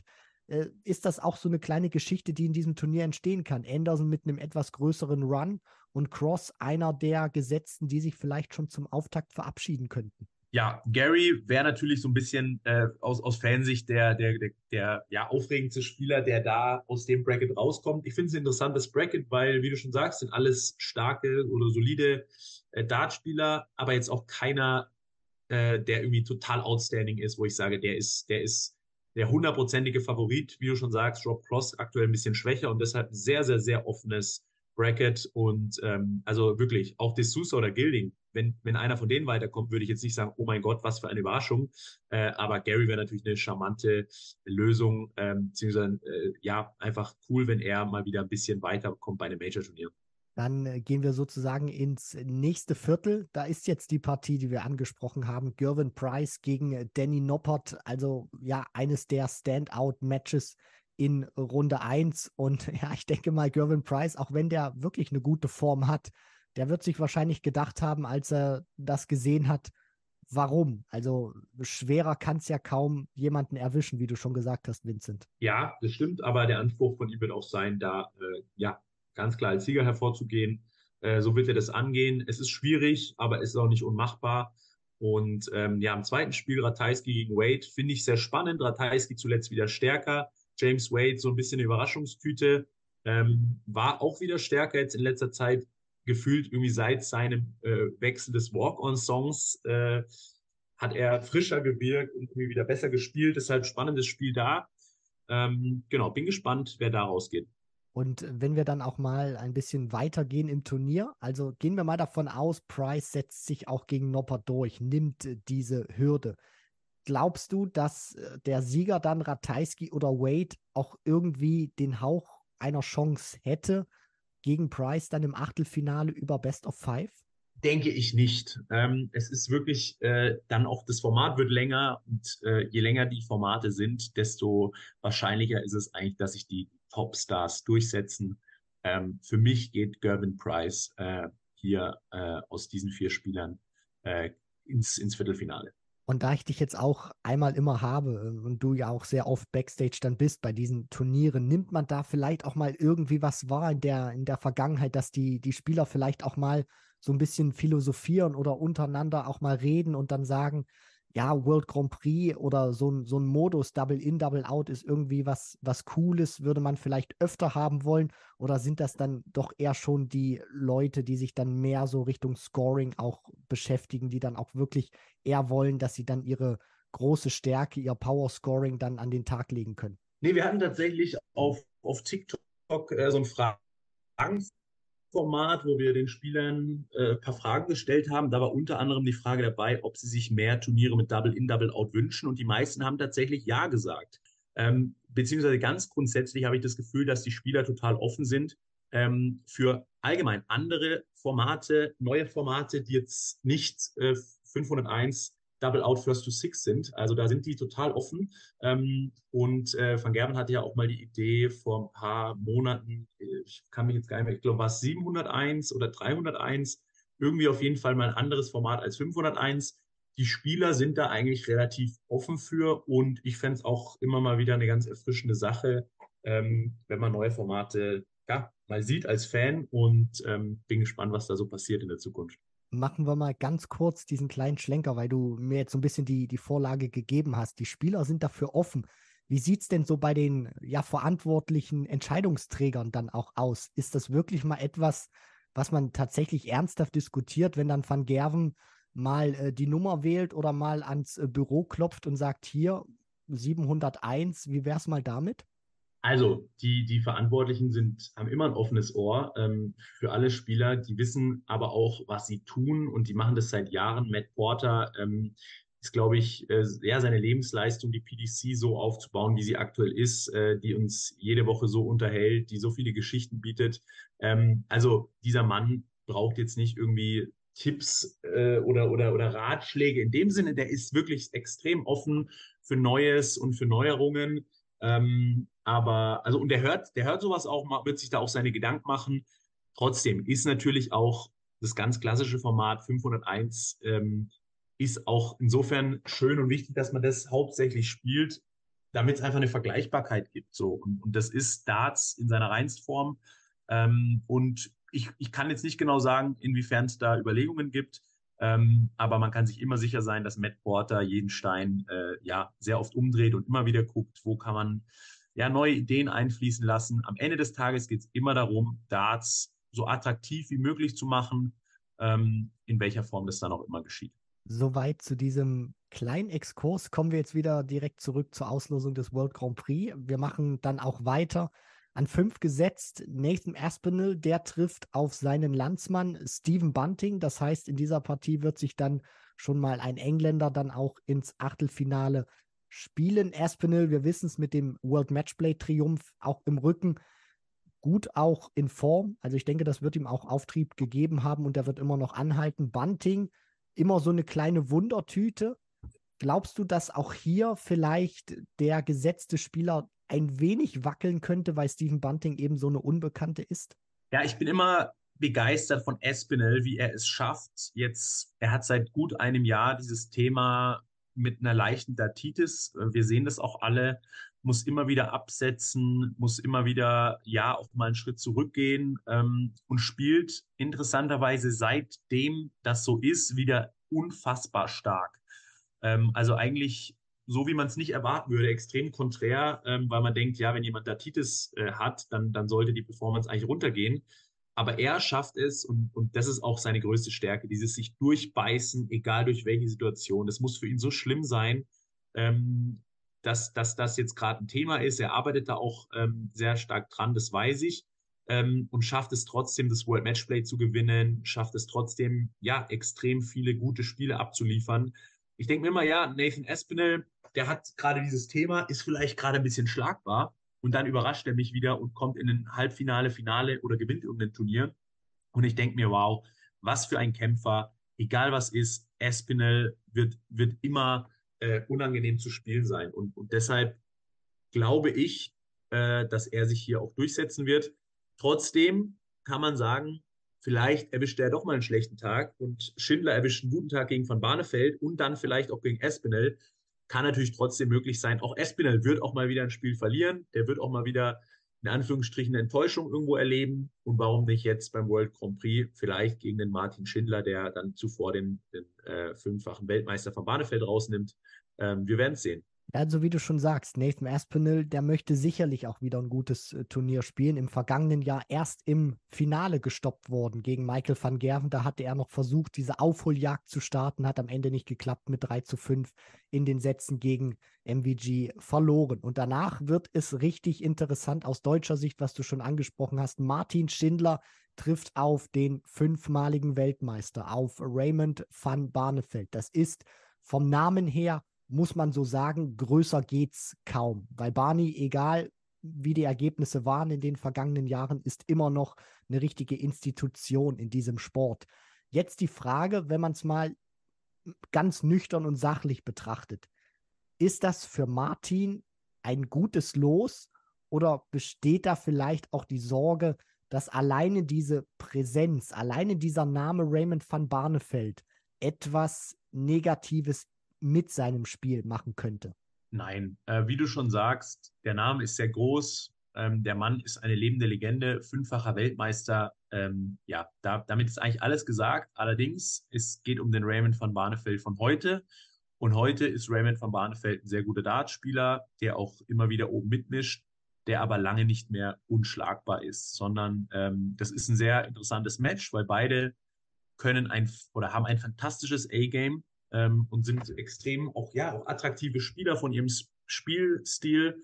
ist das auch so eine kleine Geschichte, die in diesem Turnier entstehen kann. Anderson mit einem etwas größeren Run und Cross einer der Gesetzten, die sich vielleicht schon zum Auftakt verabschieden könnten. Ja, Gary wäre natürlich so ein bisschen aus Fansicht der ja, aufregendste Spieler, der da aus dem Bracket rauskommt. Ich finde es ein interessantes Bracket, weil, wie du schon sagst, sind alles starke oder solide Dartspieler, aber jetzt auch keiner, der irgendwie total outstanding ist, wo ich sage, der ist der hundertprozentige Favorit, wie du schon sagst. Rob Cross aktuell ein bisschen schwächer und deshalb ein sehr, sehr, sehr offenes Bracket und also wirklich auch de Sousa oder Gilding, wenn einer von denen weiterkommt, würde ich jetzt nicht sagen, oh mein Gott, was für eine Überraschung, aber Gary wäre natürlich eine charmante Lösung, beziehungsweise ja, einfach cool, wenn er mal wieder ein bisschen weiterkommt bei einem Major-Turnier. Dann gehen wir sozusagen ins nächste Viertel. Da ist jetzt die Partie, die wir angesprochen haben. Gervin Price gegen Danny Noppert. Also ja, eines der Standout-Matches in Runde 1. Und ja, ich denke mal, Gervin Price, auch wenn der wirklich eine gute Form hat, der wird sich wahrscheinlich gedacht haben, als er das gesehen hat, warum? Also schwerer kann es ja kaum jemanden erwischen, wie du schon gesagt hast, Vincent. Ja, das stimmt, aber der Anspruch von ihm wird auch sein, da ja ganz klar als Sieger hervorzugehen. So wird er das angehen. Es ist schwierig, aber es ist auch nicht unmachbar. Und ja, im zweiten Spiel Ratajski gegen Wade finde ich sehr spannend. Ratajski zuletzt wieder stärker. James Wade so ein bisschen eine Überraschungstüte. War auch wieder stärker jetzt in letzter Zeit, gefühlt irgendwie seit seinem Wechsel des Walk-on-Songs. Hat er frischer gewirkt und irgendwie wieder besser gespielt. Deshalb spannendes Spiel da. Genau, bin gespannt, wer da rausgeht. Und wenn wir dann auch mal ein bisschen weitergehen im Turnier, also gehen wir mal davon aus, Price setzt sich auch gegen Noppert durch, nimmt diese Hürde. Glaubst du, dass der Sieger dann Ratajski oder Wade auch irgendwie den Hauch einer Chance hätte gegen Price dann im Achtelfinale über Best of Five? Denke ich nicht. Es ist wirklich dann auch, das Format wird länger und je länger die Formate sind, desto wahrscheinlicher ist es eigentlich, dass sich die Topstars durchsetzen. Für mich geht Gervin Price hier aus diesen 4 Spielern ins Viertelfinale. Und da ich dich jetzt auch einmal immer habe und du ja auch sehr oft Backstage dann bist bei diesen Turnieren, nimmt man da vielleicht auch mal irgendwie was wahr in der Vergangenheit, dass die Spieler vielleicht auch mal so ein bisschen philosophieren oder untereinander auch mal reden und dann sagen, ja, World Grand Prix oder so ein Modus Double In, Double Out ist irgendwie was Cooles, würde man vielleicht öfter haben wollen? Oder sind das dann doch eher schon die Leute, die sich dann mehr so Richtung Scoring auch beschäftigen, die dann auch wirklich eher wollen, dass sie dann ihre große Stärke, ihr Power Scoring dann an den Tag legen können? Nee, wir hatten tatsächlich auf TikTok so ein Fragenformat, wo wir den Spielern ein paar Fragen gestellt haben. Da war unter anderem die Frage dabei, ob sie sich mehr Turniere mit Double In, Double Out wünschen. Und die meisten haben tatsächlich Ja gesagt. Beziehungsweise ganz grundsätzlich habe ich das Gefühl, dass die Spieler total offen sind für allgemein andere Formate, neue Formate, die jetzt nicht 501 Double Out First to Six sind. Also da sind die total offen. Und Van Gerwen hatte ja auch mal die Idee vor ein paar Monaten, ich kann mich jetzt gar nicht mehr, ich glaube, war es 701 oder 301, irgendwie auf jeden Fall mal ein anderes Format als 501. Die Spieler sind da eigentlich relativ offen für und ich fände es auch immer mal wieder eine ganz erfrischende Sache, wenn man neue Formate ja, mal sieht als Fan und bin gespannt, was da so passiert in der Zukunft. Machen wir mal ganz kurz diesen kleinen Schlenker, weil du mir jetzt so ein bisschen die Vorlage gegeben hast. Die Spieler sind dafür offen. Wie sieht es denn so bei den ja, verantwortlichen Entscheidungsträgern dann auch aus? Ist das wirklich mal etwas, was man tatsächlich ernsthaft diskutiert, wenn dann Van Gerwen mal die Nummer wählt oder mal ans Büro klopft und sagt, hier 701, wie wär's mal damit? Also, die Verantwortlichen haben immer ein offenes Ohr für alle Spieler. Die wissen aber auch, was sie tun und die machen das seit Jahren. Matt Porter ist, glaube ich, ja, seine Lebensleistung, die PDC so aufzubauen, wie sie aktuell ist, die uns jede Woche so unterhält, die so viele Geschichten bietet. Also, dieser Mann braucht jetzt nicht irgendwie Tipps oder Ratschläge. In dem Sinne, der ist wirklich extrem offen für Neues und für Neuerungen. Aber, also, und der hört sowas auch, wird sich da auch seine Gedanken machen. Trotzdem ist natürlich auch das ganz klassische Format 501 ist auch insofern schön und wichtig, dass man das hauptsächlich spielt, damit es einfach eine Vergleichbarkeit gibt. So. Und das ist Darts in seiner Reinstform. Und ich kann jetzt nicht genau sagen, inwiefern es da Überlegungen gibt. Aber man kann sich immer sicher sein, dass Matt Porter jeden Stein ja sehr oft umdreht und immer wieder guckt, wo kann man ja neue Ideen einfließen lassen. Am Ende des Tages geht es immer darum, Darts so attraktiv wie möglich zu machen, in welcher Form das dann auch immer geschieht. Soweit zu diesem kleinen Exkurs. Kommen wir jetzt wieder direkt zurück zur Auslosung des World Grand Prix. Wir machen dann auch weiter. An 5 gesetzt, Nathan Aspinall, der trifft auf seinen Landsmann Stephen Bunting. Das heißt, in dieser Partie wird sich dann schon mal ein Engländer dann auch ins Achtelfinale spielen. Aspinall, wir wissen es mit dem World Matchplay-Triumph auch im Rücken, gut auch in Form. Also ich denke, das wird ihm auch Auftrieb gegeben haben und er wird immer noch anhalten. Bunting, immer so eine kleine Wundertüte. Glaubst du, dass auch hier vielleicht der gesetzte Spieler ein wenig wackeln könnte, weil Stephen Bunting eben so eine Unbekannte ist? Ja, ich bin immer begeistert von Espinel, wie er es schafft. Jetzt, er hat seit gut einem Jahr dieses Thema mit einer leichten Datitis. Wir sehen das auch alle, muss immer wieder absetzen, muss immer wieder, ja, auch mal einen Schritt zurückgehen und spielt interessanterweise seitdem das so ist, wieder unfassbar stark. Also eigentlich so, wie man es nicht erwarten würde, extrem konträr, weil man denkt, ja, wenn jemand Datitis hat, dann sollte die Performance eigentlich runtergehen. Aber er schafft es und das ist auch seine größte Stärke, dieses sich durchbeißen, egal durch welche Situation. Das muss für ihn so schlimm sein, dass das jetzt gerade ein Thema ist. Er arbeitet da auch sehr stark dran, das weiß ich. Und schafft es trotzdem, das World Matchplay zu gewinnen, schafft es trotzdem, ja, extrem viele gute Spiele abzuliefern. Ich denke mir immer, ja, Nathan Aspinall, der hat gerade dieses Thema, ist vielleicht gerade ein bisschen schlagbar und dann überrascht er mich wieder und kommt in ein Halbfinale, Finale oder gewinnt irgendein Turnier. Und ich denke mir, wow, was für ein Kämpfer, egal was ist, Aspinall wird immer unangenehm zu spielen sein. Und deshalb glaube ich, dass er sich hier auch durchsetzen wird. Trotzdem kann man sagen, vielleicht erwischt er doch mal einen schlechten Tag und Schindler erwischt einen guten Tag gegen Van Barneveld und dann vielleicht auch gegen Espinel. Kann natürlich trotzdem möglich sein. Auch Espinel wird auch mal wieder ein Spiel verlieren. Der wird auch mal wieder in Anführungsstrichen eine Enttäuschung irgendwo erleben. Und warum nicht jetzt beim World Grand Prix vielleicht gegen den Martin Schindler, der dann zuvor den fünffachen Weltmeister Van Barneveld rausnimmt. Wir werden es sehen. Also wie du schon sagst, Nathan Aspinall, der möchte sicherlich auch wieder ein gutes Turnier spielen. Im vergangenen Jahr erst im Finale gestoppt worden gegen Michael van Gerwen. Da hatte er noch versucht, diese Aufholjagd zu starten, hat am Ende nicht geklappt, mit 3:5 in den Sätzen gegen MVG verloren. Und danach wird es richtig interessant aus deutscher Sicht, was du schon angesprochen hast. Martin Schindler trifft auf den 5-maligen Weltmeister, auf Raymond van Barneveld. Das ist vom Namen her, muss man so sagen, größer geht's kaum. Weil Barney, egal wie die Ergebnisse waren in den vergangenen Jahren, ist immer noch eine richtige Institution in diesem Sport. Jetzt die Frage, wenn man es mal ganz nüchtern und sachlich betrachtet, ist das für Martin ein gutes Los oder besteht da vielleicht auch die Sorge, dass alleine diese Präsenz, alleine dieser Name Raymond van Barneveld etwas Negatives mit seinem Spiel machen könnte? Nein, wie du schon sagst, der Name ist sehr groß. Der Mann ist eine lebende Legende, 5-facher Weltmeister. Ja, damit ist eigentlich alles gesagt. Allerdings, es geht um den Raymond van Barneveld von heute. Und heute ist Raymond van Barneveld ein sehr guter Dartspieler, der auch immer wieder oben mitmischt, der aber lange nicht mehr unschlagbar ist, sondern das ist ein sehr interessantes Match, weil beide können oder haben ein fantastisches A-Game und sind extrem auch, ja, auch attraktive Spieler von ihrem Spielstil.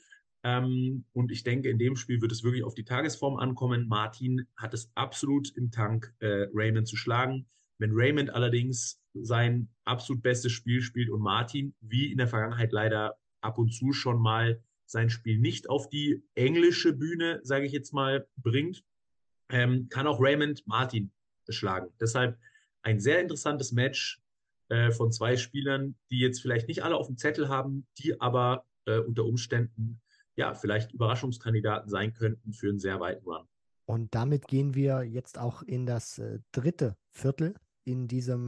Und ich denke, in dem Spiel wird es wirklich auf die Tagesform ankommen. Martin hat es absolut im Tank, Raymond zu schlagen. Wenn Raymond allerdings sein absolut bestes Spiel spielt und Martin, wie in der Vergangenheit leider ab und zu schon mal, sein Spiel nicht auf die englische Bühne, sage ich jetzt mal, bringt, kann auch Raymond Martin schlagen. Deshalb ein sehr interessantes Match von zwei Spielern, die jetzt vielleicht nicht alle auf dem Zettel haben, die aber unter Umständen ja vielleicht Überraschungskandidaten sein könnten für einen sehr weiten Run. Und damit gehen wir jetzt auch in das dritte Viertel in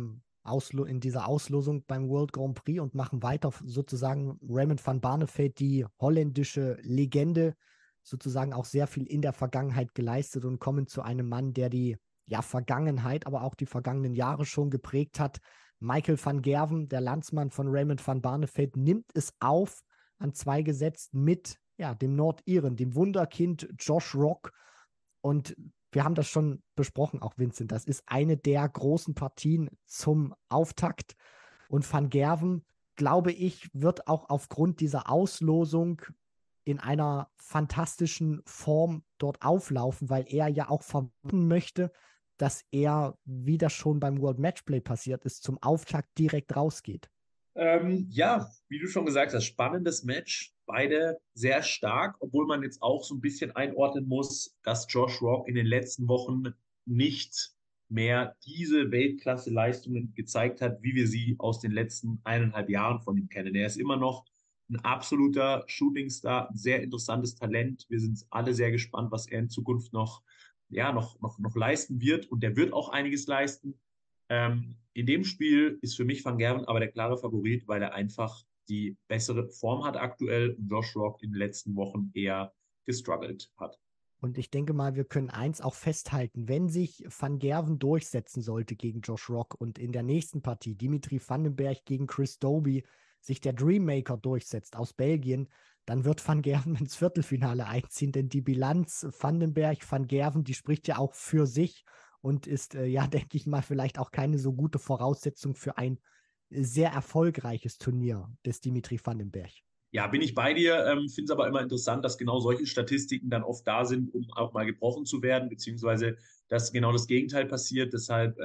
dieser Auslosung beim World Grand Prix und machen weiter sozusagen Raymond van Barneveld, die holländische Legende, sozusagen auch sehr viel in der Vergangenheit geleistet und kommen zu einem Mann, der die Vergangenheit, aber auch die vergangenen Jahre schon geprägt hat. Michael van Gerwen, der Landsmann von Raymond van Barneveld, nimmt es auf an 2 gesetzt mit dem Nordiren, dem Wunderkind Josh Rock. Und wir haben das schon besprochen, auch Vincent, das ist eine der großen Partien zum Auftakt. Und Van Gerwen, glaube ich, wird auch aufgrund dieser Auslosung in einer fantastischen Form dort auflaufen, weil er ja auch verwenden möchte, dass er, wie das schon beim World Matchplay passiert ist, zum Auftakt direkt rausgeht. Ja, wie du schon gesagt hast, spannendes Match. beide sehr stark, obwohl man jetzt auch so ein bisschen einordnen muss, dass Josh Rock in den letzten Wochen nicht mehr diese Weltklasse-Leistungen gezeigt hat, wie wir sie aus den letzten 1,5 Jahren von ihm kennen. Er ist immer noch ein absoluter Shootingstar, ein sehr interessantes Talent. Wir sind alle sehr gespannt, was er in Zukunft noch leisten wird. Und der wird auch einiges leisten. In dem Spiel ist für mich Van Gerwen aber der klare Favorit, weil er einfach die bessere Form hat aktuell und Josh Rock in den letzten Wochen eher gestruggelt hat. Und ich denke mal, wir können eins auch festhalten, wenn sich Van Gerwen durchsetzen sollte gegen Josh Rock und in der nächsten Partie Dimitri Vandenberg gegen Chris Dobie sich der Dreammaker durchsetzt aus Belgien, dann wird Van Gerwen ins Viertelfinale einziehen, denn die Bilanz Vandenberg-Van Gerwen, die spricht ja auch für sich und ist, denke ich mal, vielleicht auch keine so gute Voraussetzung für ein sehr erfolgreiches Turnier des Dimitri Vandenberg. Ja, bin ich bei dir. Finde es aber immer interessant, dass genau solche Statistiken dann oft da sind, um auch mal gebrochen zu werden, beziehungsweise dass genau das Gegenteil passiert. Deshalb,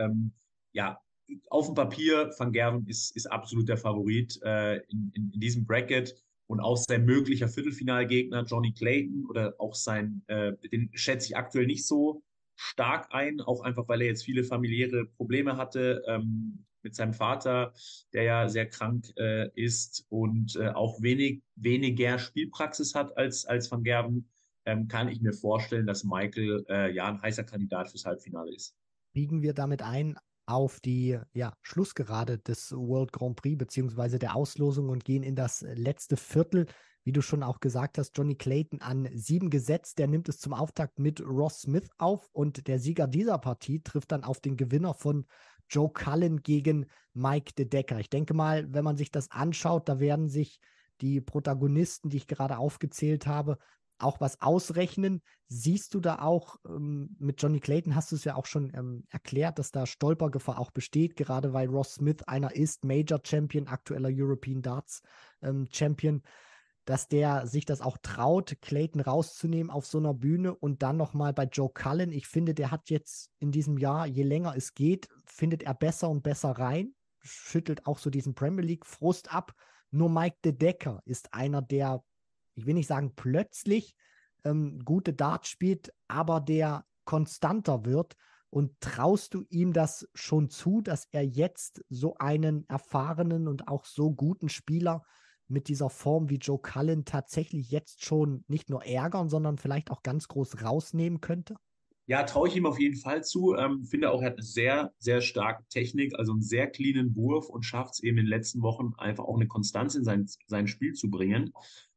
auf dem Papier, Van Gerwen ist absolut der Favorit in diesem Bracket und auch sein möglicher Viertelfinalgegner Johnny Clayton oder auch den schätze ich aktuell nicht so stark ein, auch einfach, weil er jetzt viele familiäre Probleme hatte. Mit seinem Vater, der ja sehr krank ist und auch weniger Spielpraxis hat als Van Gerwen, kann ich mir vorstellen, dass Michael ein heißer Kandidat fürs Halbfinale ist. Biegen wir damit ein auf die Schlussgerade des World Grand Prix beziehungsweise der Auslosung und gehen in das letzte Viertel. Wie du schon auch gesagt hast, Johnny Clayton an 7 gesetzt. Der nimmt es zum Auftakt mit Ross Smith auf und der Sieger dieser Partie trifft dann auf den Gewinner von Joe Cullen gegen Mike De Decker. Ich denke mal, wenn man sich das anschaut, da werden sich die Protagonisten, die ich gerade aufgezählt habe, auch was ausrechnen. Siehst du da auch, mit Johnny Clayton hast du es ja auch schon erklärt, dass da Stolpergefahr auch besteht, gerade weil Ross Smith einer ist, Major Champion, aktueller European Darts Champion, dass der sich das auch traut, Clayton rauszunehmen auf so einer Bühne und dann nochmal bei Joe Cullen. Ich finde, der hat jetzt in diesem Jahr, je länger es geht, findet er besser und besser rein, schüttelt auch so diesen Premier League-Frust ab. Nur Mike De Decker ist einer, der, ich will nicht sagen plötzlich, gute Darts spielt, aber der konstanter wird. Und traust du ihm das schon zu, dass er jetzt so einen erfahrenen und auch so guten Spieler mit dieser Form wie Joe Cullen tatsächlich jetzt schon nicht nur ärgern, sondern vielleicht auch ganz groß rausnehmen könnte? Ja, traue ich ihm auf jeden Fall zu. Finde auch, er hat eine sehr, sehr starke Technik, also einen sehr cleanen Wurf und schafft es eben in den letzten Wochen einfach auch eine Konstanz in sein Spiel zu bringen.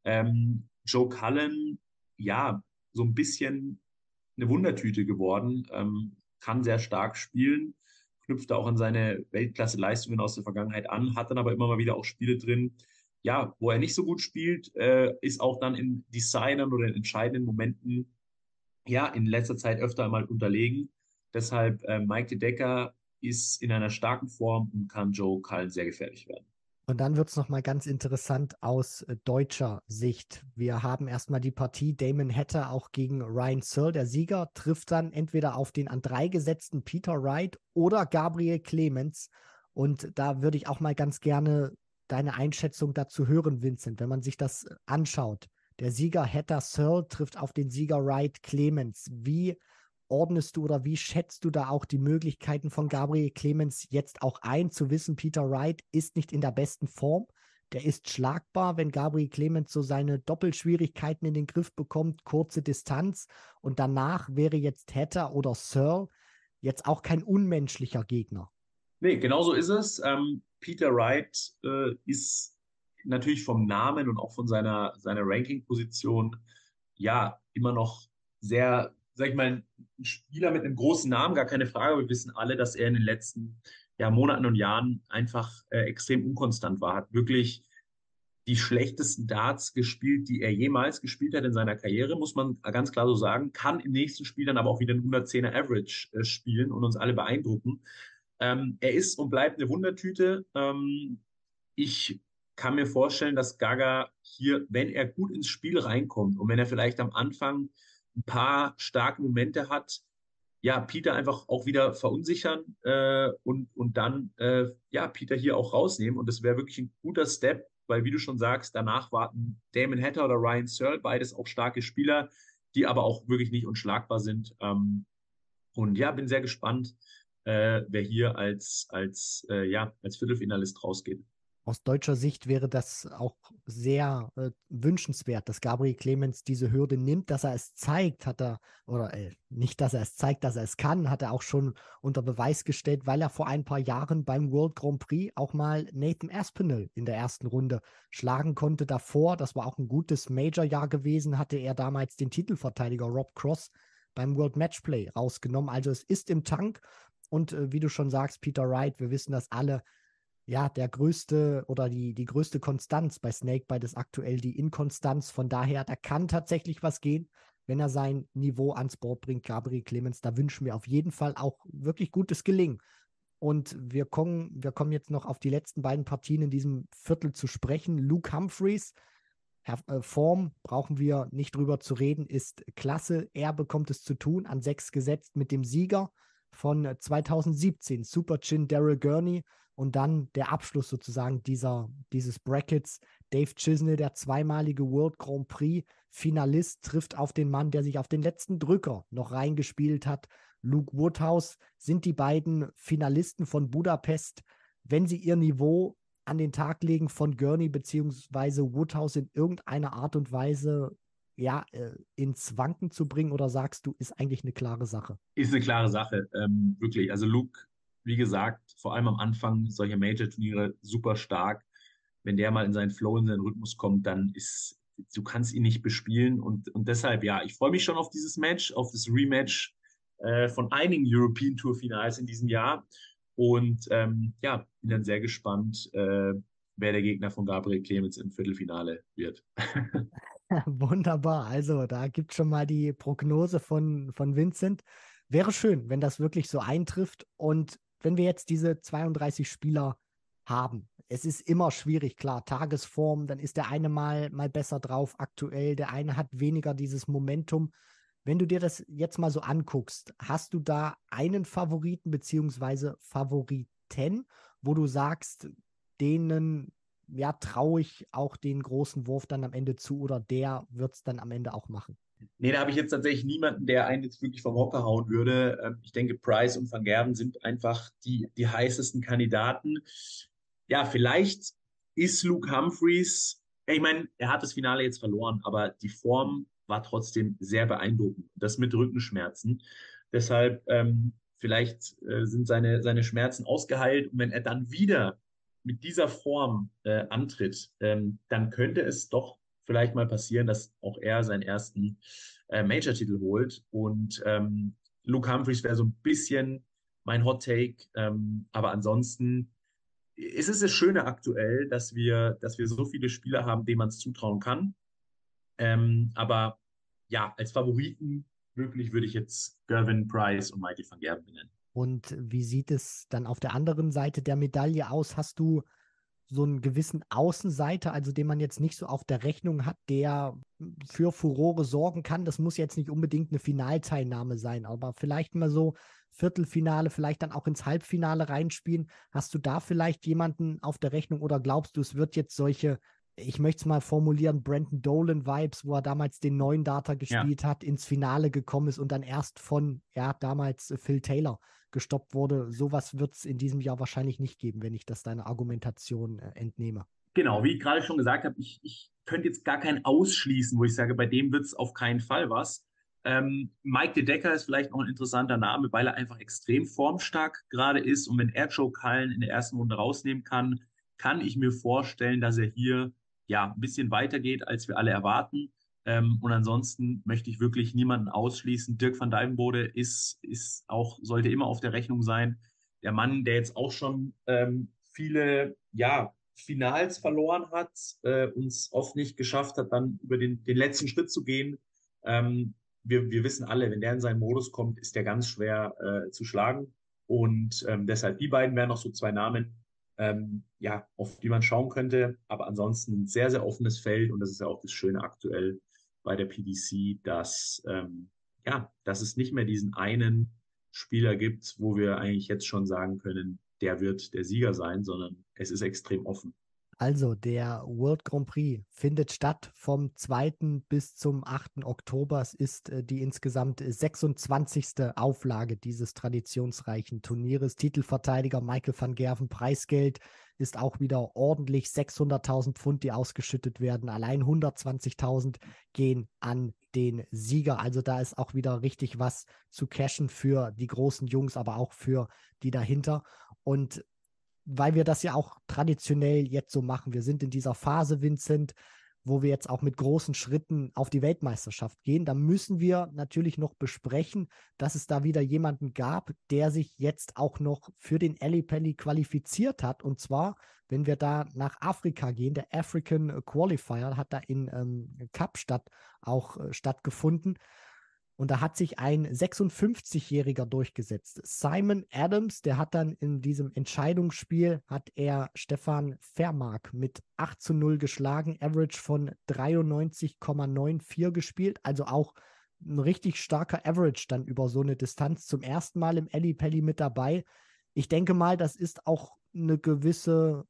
Joe Cullen, ja, so ein bisschen eine Wundertüte geworden, kann sehr stark spielen, knüpft auch an seine Weltklasse-Leistungen aus der Vergangenheit an, hat dann aber immer mal wieder auch Spiele drin, ja, wo er nicht so gut spielt, ist auch dann in Decidern oder in entscheidenden Momenten ja in letzter Zeit öfter einmal unterlegen. Deshalb Mike De Decker ist in einer starken Form und kann Joe Cullen sehr gefährlich werden. Und dann wird es nochmal ganz interessant aus deutscher Sicht. Wir haben erstmal die Partie Damon Hatter auch gegen Ryan Searle. Der Sieger trifft dann entweder auf den an 3 gesetzten Peter Wright oder Gabriel Clemens. Und da würde ich auch mal ganz gerne deine Einschätzung dazu hören, Vincent, wenn man sich das anschaut. Der Sieger Hatter Searle trifft auf den Sieger Wright Clemens. Wie ordnest du oder wie schätzt du da auch die Möglichkeiten von Gabriel Clemens jetzt auch ein, zu wissen, Peter Wright ist nicht in der besten Form, der ist schlagbar, wenn Gabriel Clemens so seine Doppelschwierigkeiten in den Griff bekommt, kurze Distanz und danach wäre jetzt Hatter oder Searle jetzt auch kein unmenschlicher Gegner. Nee, genau so ist es. Peter Wright ist natürlich vom Namen und auch von seiner Ranking-Position ja immer noch sehr, sag ich mal, ein Spieler mit einem großen Namen, gar keine Frage. Wir wissen alle, dass er in den letzten Monaten und Jahren einfach extrem unkonstant war. Hat wirklich die schlechtesten Darts gespielt, die er jemals gespielt hat in seiner Karriere, muss man ganz klar so sagen. Kann im nächsten Spiel dann aber auch wieder ein 110er Average spielen und uns alle beeindrucken. Er ist und bleibt eine Wundertüte. Ich kann mir vorstellen, dass Gaga hier, wenn er gut ins Spiel reinkommt und wenn er vielleicht am Anfang ein paar starke Momente hat, ja, Peter einfach auch wieder verunsichern und dann Peter hier auch rausnehmen. Und das wäre wirklich ein guter Step, weil, wie du schon sagst, danach warten Damon Hatter oder Ryan Searle, beides auch starke Spieler, die aber auch wirklich nicht unschlagbar sind. Und ja, bin sehr gespannt, wer hier als Viertelfinalist rausgeht. Aus deutscher Sicht wäre das auch sehr wünschenswert, dass Gabriel Clemens diese Hürde nimmt, dass er es zeigt, oder nicht, dass er es zeigt, dass er es kann, hat er auch schon unter Beweis gestellt, weil er vor ein paar Jahren beim World Grand Prix auch mal Nathan Aspinall in der ersten Runde schlagen konnte. Davor, das war auch ein gutes Major-Jahr gewesen, hatte er damals den Titelverteidiger Rob Cross beim World Matchplay rausgenommen. Also es ist im Tank und wie du schon sagst, Peter Wright, wir wissen das alle, ja, der größte oder die größte Konstanz bei Snakebite ist aktuell die Inkonstanz. Von daher, da kann tatsächlich was gehen, wenn er sein Niveau ans Board bringt. Gabriel Clemens, da wünschen wir auf jeden Fall auch wirklich gutes Gelingen. Und wir kommen jetzt noch auf die letzten beiden Partien in diesem Viertel zu sprechen. Luke Humphreys, Form brauchen wir nicht drüber zu reden, ist klasse. Er bekommt es zu tun, an 6 gesetzt mit dem Sieger von 2017, Super Chin Daryl Gurney. Und dann der Abschluss sozusagen dieses Brackets. Dave Chisnell, der zweimalige World Grand Prix Finalist, trifft auf den Mann, der sich auf den letzten Drücker noch reingespielt hat. Luke Woodhouse sind die beiden Finalisten von Budapest. Wenn sie ihr Niveau an den Tag legen von Gurney beziehungsweise Woodhouse in irgendeiner Art und Weise ins Wanken zu bringen, oder sagst du, ist eigentlich eine klare Sache? Ist eine klare Sache, wirklich. Also Luke, wie gesagt, vor allem am Anfang solcher Major-Turniere super stark. Wenn der mal in seinen Flow, in seinen Rhythmus kommt, du kannst ihn nicht bespielen. Und deshalb, ja, ich freue mich schon auf dieses Match, auf das Rematch von einigen European Tour Finals in diesem Jahr. Und bin dann sehr gespannt, wer der Gegner von Gabriel Clemens im Viertelfinale wird. Wunderbar. Also da gibt es schon mal die Prognose von Vincent. Wäre schön, wenn das wirklich so eintrifft. Und wenn wir jetzt diese 32 Spieler haben, es ist immer schwierig, klar, Tagesform, dann ist der eine mal besser drauf aktuell, der eine hat weniger dieses Momentum. Wenn du dir das jetzt mal so anguckst, hast du da einen Favoriten beziehungsweise Favoriten, wo du sagst, denen traue ich auch den großen Wurf dann am Ende zu, oder der wird es dann am Ende auch machen? Nee, da habe ich jetzt tatsächlich niemanden, der einen jetzt wirklich vom Hocker hauen würde. Ich denke, Price und Van Gerwen sind einfach die heißesten Kandidaten. Ja, vielleicht ist Luke Humphreys, ich meine, er hat das Finale jetzt verloren, aber die Form war trotzdem sehr beeindruckend. Das mit Rückenschmerzen. Deshalb, vielleicht sind seine Schmerzen ausgeheilt. Und wenn er dann wieder mit dieser Form antritt, dann könnte es doch vielleicht mal passieren, dass auch er seinen ersten Major-Titel holt. Und Luke Humphreys wäre so ein bisschen mein Hot Take. Aber ansonsten ist es das Schöne aktuell, dass wir so viele Spieler haben, denen man es zutrauen kann. Aber ja, als Favoriten wirklich würde ich jetzt Gervin Price und Michael van Gerwen benennen. Und wie sieht es dann auf der anderen Seite der Medaille aus? Hast du so einen gewissen Außenseiter, also den man jetzt nicht so auf der Rechnung hat, der für Furore sorgen kann? Das muss jetzt nicht unbedingt eine Finalteilnahme sein, aber vielleicht mal so Viertelfinale, vielleicht dann auch ins Halbfinale reinspielen. Hast du da vielleicht jemanden auf der Rechnung, oder glaubst du, es wird jetzt solche, ich möchte es mal formulieren, Brandon Dolan-Vibes, wo er damals den neuen Data gespielt hat, ins Finale gekommen ist und dann erst von, damals Phil Taylor gestoppt wurde? Sowas wird es in diesem Jahr wahrscheinlich nicht geben, wenn ich das deiner Argumentation entnehme. Genau, wie ich gerade schon gesagt habe, ich könnte jetzt gar keinen ausschließen, wo ich sage, bei dem wird es auf keinen Fall was. Mike De Decker ist vielleicht noch ein interessanter Name, weil er einfach extrem formstark gerade ist. Und wenn er Joe Cullen in der ersten Runde rausnehmen kann, kann ich mir vorstellen, dass er hier ein bisschen weitergeht, als wir alle erwarten. Und ansonsten möchte ich wirklich niemanden ausschließen. Dirk van Dijvenbode sollte immer auf der Rechnung sein. Der Mann, der jetzt auch schon viele Finals verloren hat, uns oft nicht geschafft hat, dann über den letzten Schritt zu gehen. Wir wissen alle, wenn der in seinen Modus kommt, ist der ganz schwer zu schlagen. Und deshalb, die beiden wären noch so zwei Namen, auf die man schauen könnte. Aber ansonsten ein sehr, sehr offenes Feld. Und das ist ja auch das Schöne aktuell bei der PDC, dass es nicht mehr diesen einen Spieler gibt, wo wir eigentlich jetzt schon sagen können, der wird der Sieger sein, sondern es ist extrem offen. Also der World Grand Prix findet statt vom 2. bis zum 8. Oktober. Es ist die insgesamt 26. Auflage dieses traditionsreichen Turnieres. Titelverteidiger Michael van Gerwen, Preisgeld ist auch wieder ordentlich 600.000 Pfund, die ausgeschüttet werden. Allein 120.000 gehen an den Sieger. Also da ist auch wieder richtig was zu cashen für die großen Jungs, aber auch für die dahinter. Und weil wir das ja auch traditionell jetzt so machen. Wir sind in dieser Phase, Vincent, wo wir jetzt auch mit großen Schritten auf die Weltmeisterschaft gehen. Da müssen wir natürlich noch besprechen, dass es da wieder jemanden gab, der sich jetzt auch noch für den Ellipelli qualifiziert hat. Und zwar, wenn wir da nach Afrika gehen, der African Qualifier hat da in Kapstadt auch stattgefunden. Und da hat sich ein 56-Jähriger durchgesetzt. Simon Adams, der hat dann in diesem Entscheidungsspiel, hat er Stefan Vermark mit 8:0 geschlagen, Average von 93,94 gespielt. Also auch ein richtig starker Average dann über so eine Distanz. Zum ersten Mal im Ellipelli mit dabei. Ich denke mal, das ist auch eine gewisse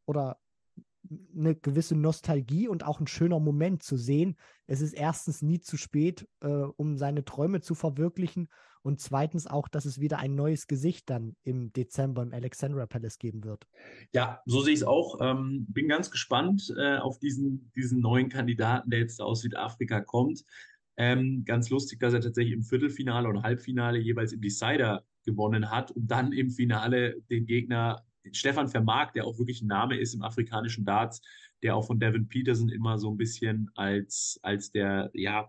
Nostalgie und auch ein schöner Moment zu sehen. Es ist erstens nie zu spät, um seine Träume zu verwirklichen, und zweitens auch, dass es wieder ein neues Gesicht dann im Dezember im Alexandra Palace geben wird. Ja, so sehe ich es auch. Bin ganz gespannt auf diesen neuen Kandidaten, der jetzt aus Südafrika kommt. Ganz lustig, dass er tatsächlich im Viertelfinale und Halbfinale jeweils im Decider gewonnen hat und dann im Finale den Gegner Stefan Vermark, der auch wirklich ein Name ist im afrikanischen Darts, der auch von Devin Peterson immer so ein bisschen als der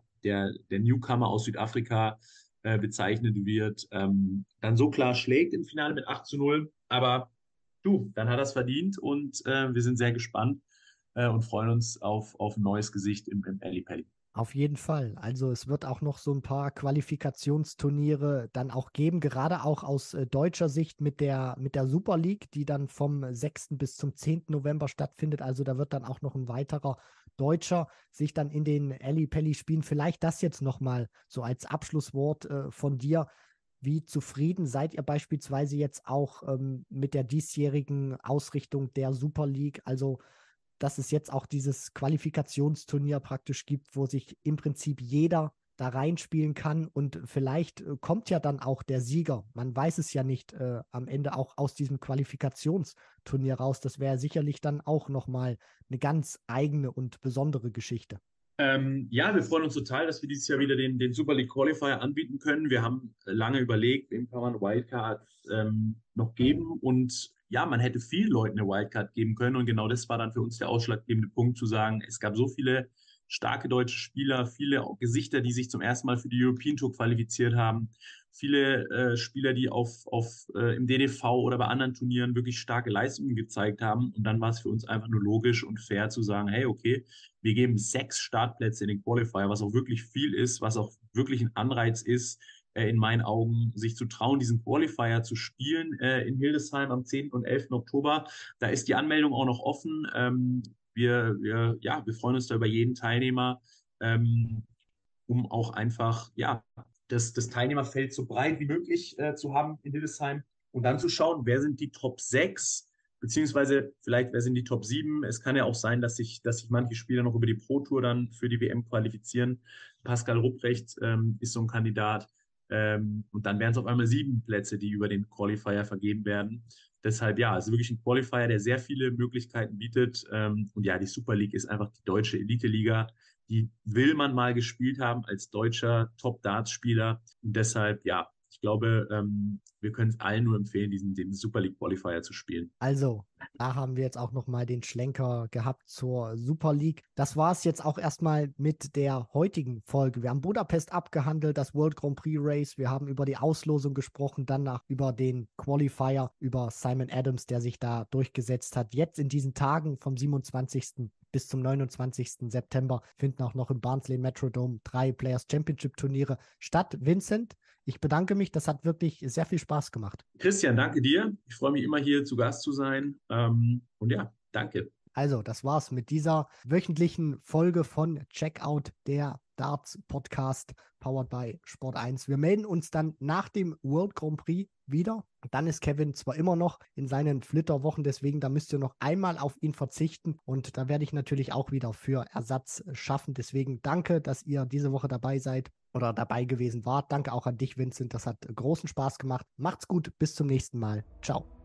Newcomer aus Südafrika bezeichnet wird, dann so klar schlägt im Finale mit 8:0. Aber du, dann hat er es verdient und wir sind sehr gespannt und freuen uns auf ein neues Gesicht im Ellipelli. Auf jeden Fall. Also es wird auch noch so ein paar Qualifikationsturniere dann auch geben, gerade auch aus deutscher Sicht mit der Super League, die dann vom 6. bis zum 10. November stattfindet. Also da wird dann auch noch ein weiterer Deutscher sich dann in den Ellipelli spielen. Vielleicht das jetzt nochmal so als Abschlusswort von dir. Wie zufrieden seid ihr beispielsweise jetzt auch mit der diesjährigen Ausrichtung der Super League? Also dass es jetzt auch dieses Qualifikationsturnier praktisch gibt, wo sich im Prinzip jeder da reinspielen kann, und vielleicht kommt ja dann auch der Sieger. Man weiß es ja nicht am Ende auch aus diesem Qualifikationsturnier raus. Das wäre sicherlich dann auch nochmal eine ganz eigene und besondere Geschichte. Ja, wir freuen uns total, dass wir dieses Jahr wieder den Super League Qualifier anbieten können. Wir haben lange überlegt, wem kann man Wildcard noch geben, und ja, man hätte vielen Leuten eine Wildcard geben können, und genau das war dann für uns der ausschlaggebende Punkt, zu sagen, es gab so viele starke deutsche Spieler, viele Gesichter, die sich zum ersten Mal für die European Tour qualifiziert haben, viele Spieler, die im DDV oder bei anderen Turnieren wirklich starke Leistungen gezeigt haben, und dann war es für uns einfach nur logisch und fair zu sagen, hey, okay, wir geben 6 Startplätze in den Qualifier, was auch wirklich viel ist, was auch wirklich ein Anreiz ist, in meinen Augen, sich zu trauen, diesen Qualifier zu spielen in Hildesheim am 10. und 11. Oktober. Da ist die Anmeldung auch noch offen. Wir freuen uns da über jeden Teilnehmer, um auch einfach das Teilnehmerfeld so breit wie möglich zu haben in Hildesheim, und dann zu schauen, wer sind die Top 6, beziehungsweise vielleicht wer sind die Top 7. Es kann ja auch sein, dass sich manche Spieler noch über die Pro Tour dann für die WM qualifizieren. Pascal Rupprecht ist so ein Kandidat. Und dann wären es auf einmal 7 Plätze, die über den Qualifier vergeben werden. Deshalb also wirklich ein Qualifier, der sehr viele Möglichkeiten bietet. Und ja, die Super League ist einfach die deutsche Elite-Liga. Die will man mal gespielt haben als deutscher Top-Darts-Spieler. Und deshalb, ich glaube, wir können es allen nur empfehlen, den Super League Qualifier zu spielen. Also, da haben wir jetzt auch nochmal den Schlenker gehabt zur Super League. Das war es jetzt auch erstmal mit der heutigen Folge. Wir haben Budapest abgehandelt, das World Grand Prix Race. Wir haben über die Auslosung gesprochen, danach über den Qualifier, über Simon Adams, der sich da durchgesetzt hat. Jetzt in diesen Tagen vom 27. bis zum 29. September finden auch noch im Barnsley Metrodome 3 Players Championship Turniere statt. Vincent, ich bedanke mich, das hat wirklich sehr viel Spaß gemacht. Christian, danke dir. Ich freue mich immer, hier zu Gast zu sein. Und ja, danke. Also, das war's mit dieser wöchentlichen Folge von Checkout, der Darts Podcast, powered by Sport1. Wir melden uns dann nach dem World Grand Prix wieder. Dann ist Kevin zwar immer noch in seinen Flitterwochen, deswegen, da müsst ihr noch einmal auf ihn verzichten und da werde ich natürlich auch wieder für Ersatz schaffen. Deswegen danke, dass ihr diese Woche dabei seid oder dabei gewesen wart. Danke auch an dich, Vincent. Das hat großen Spaß gemacht. Macht's gut. Bis zum nächsten Mal. Ciao.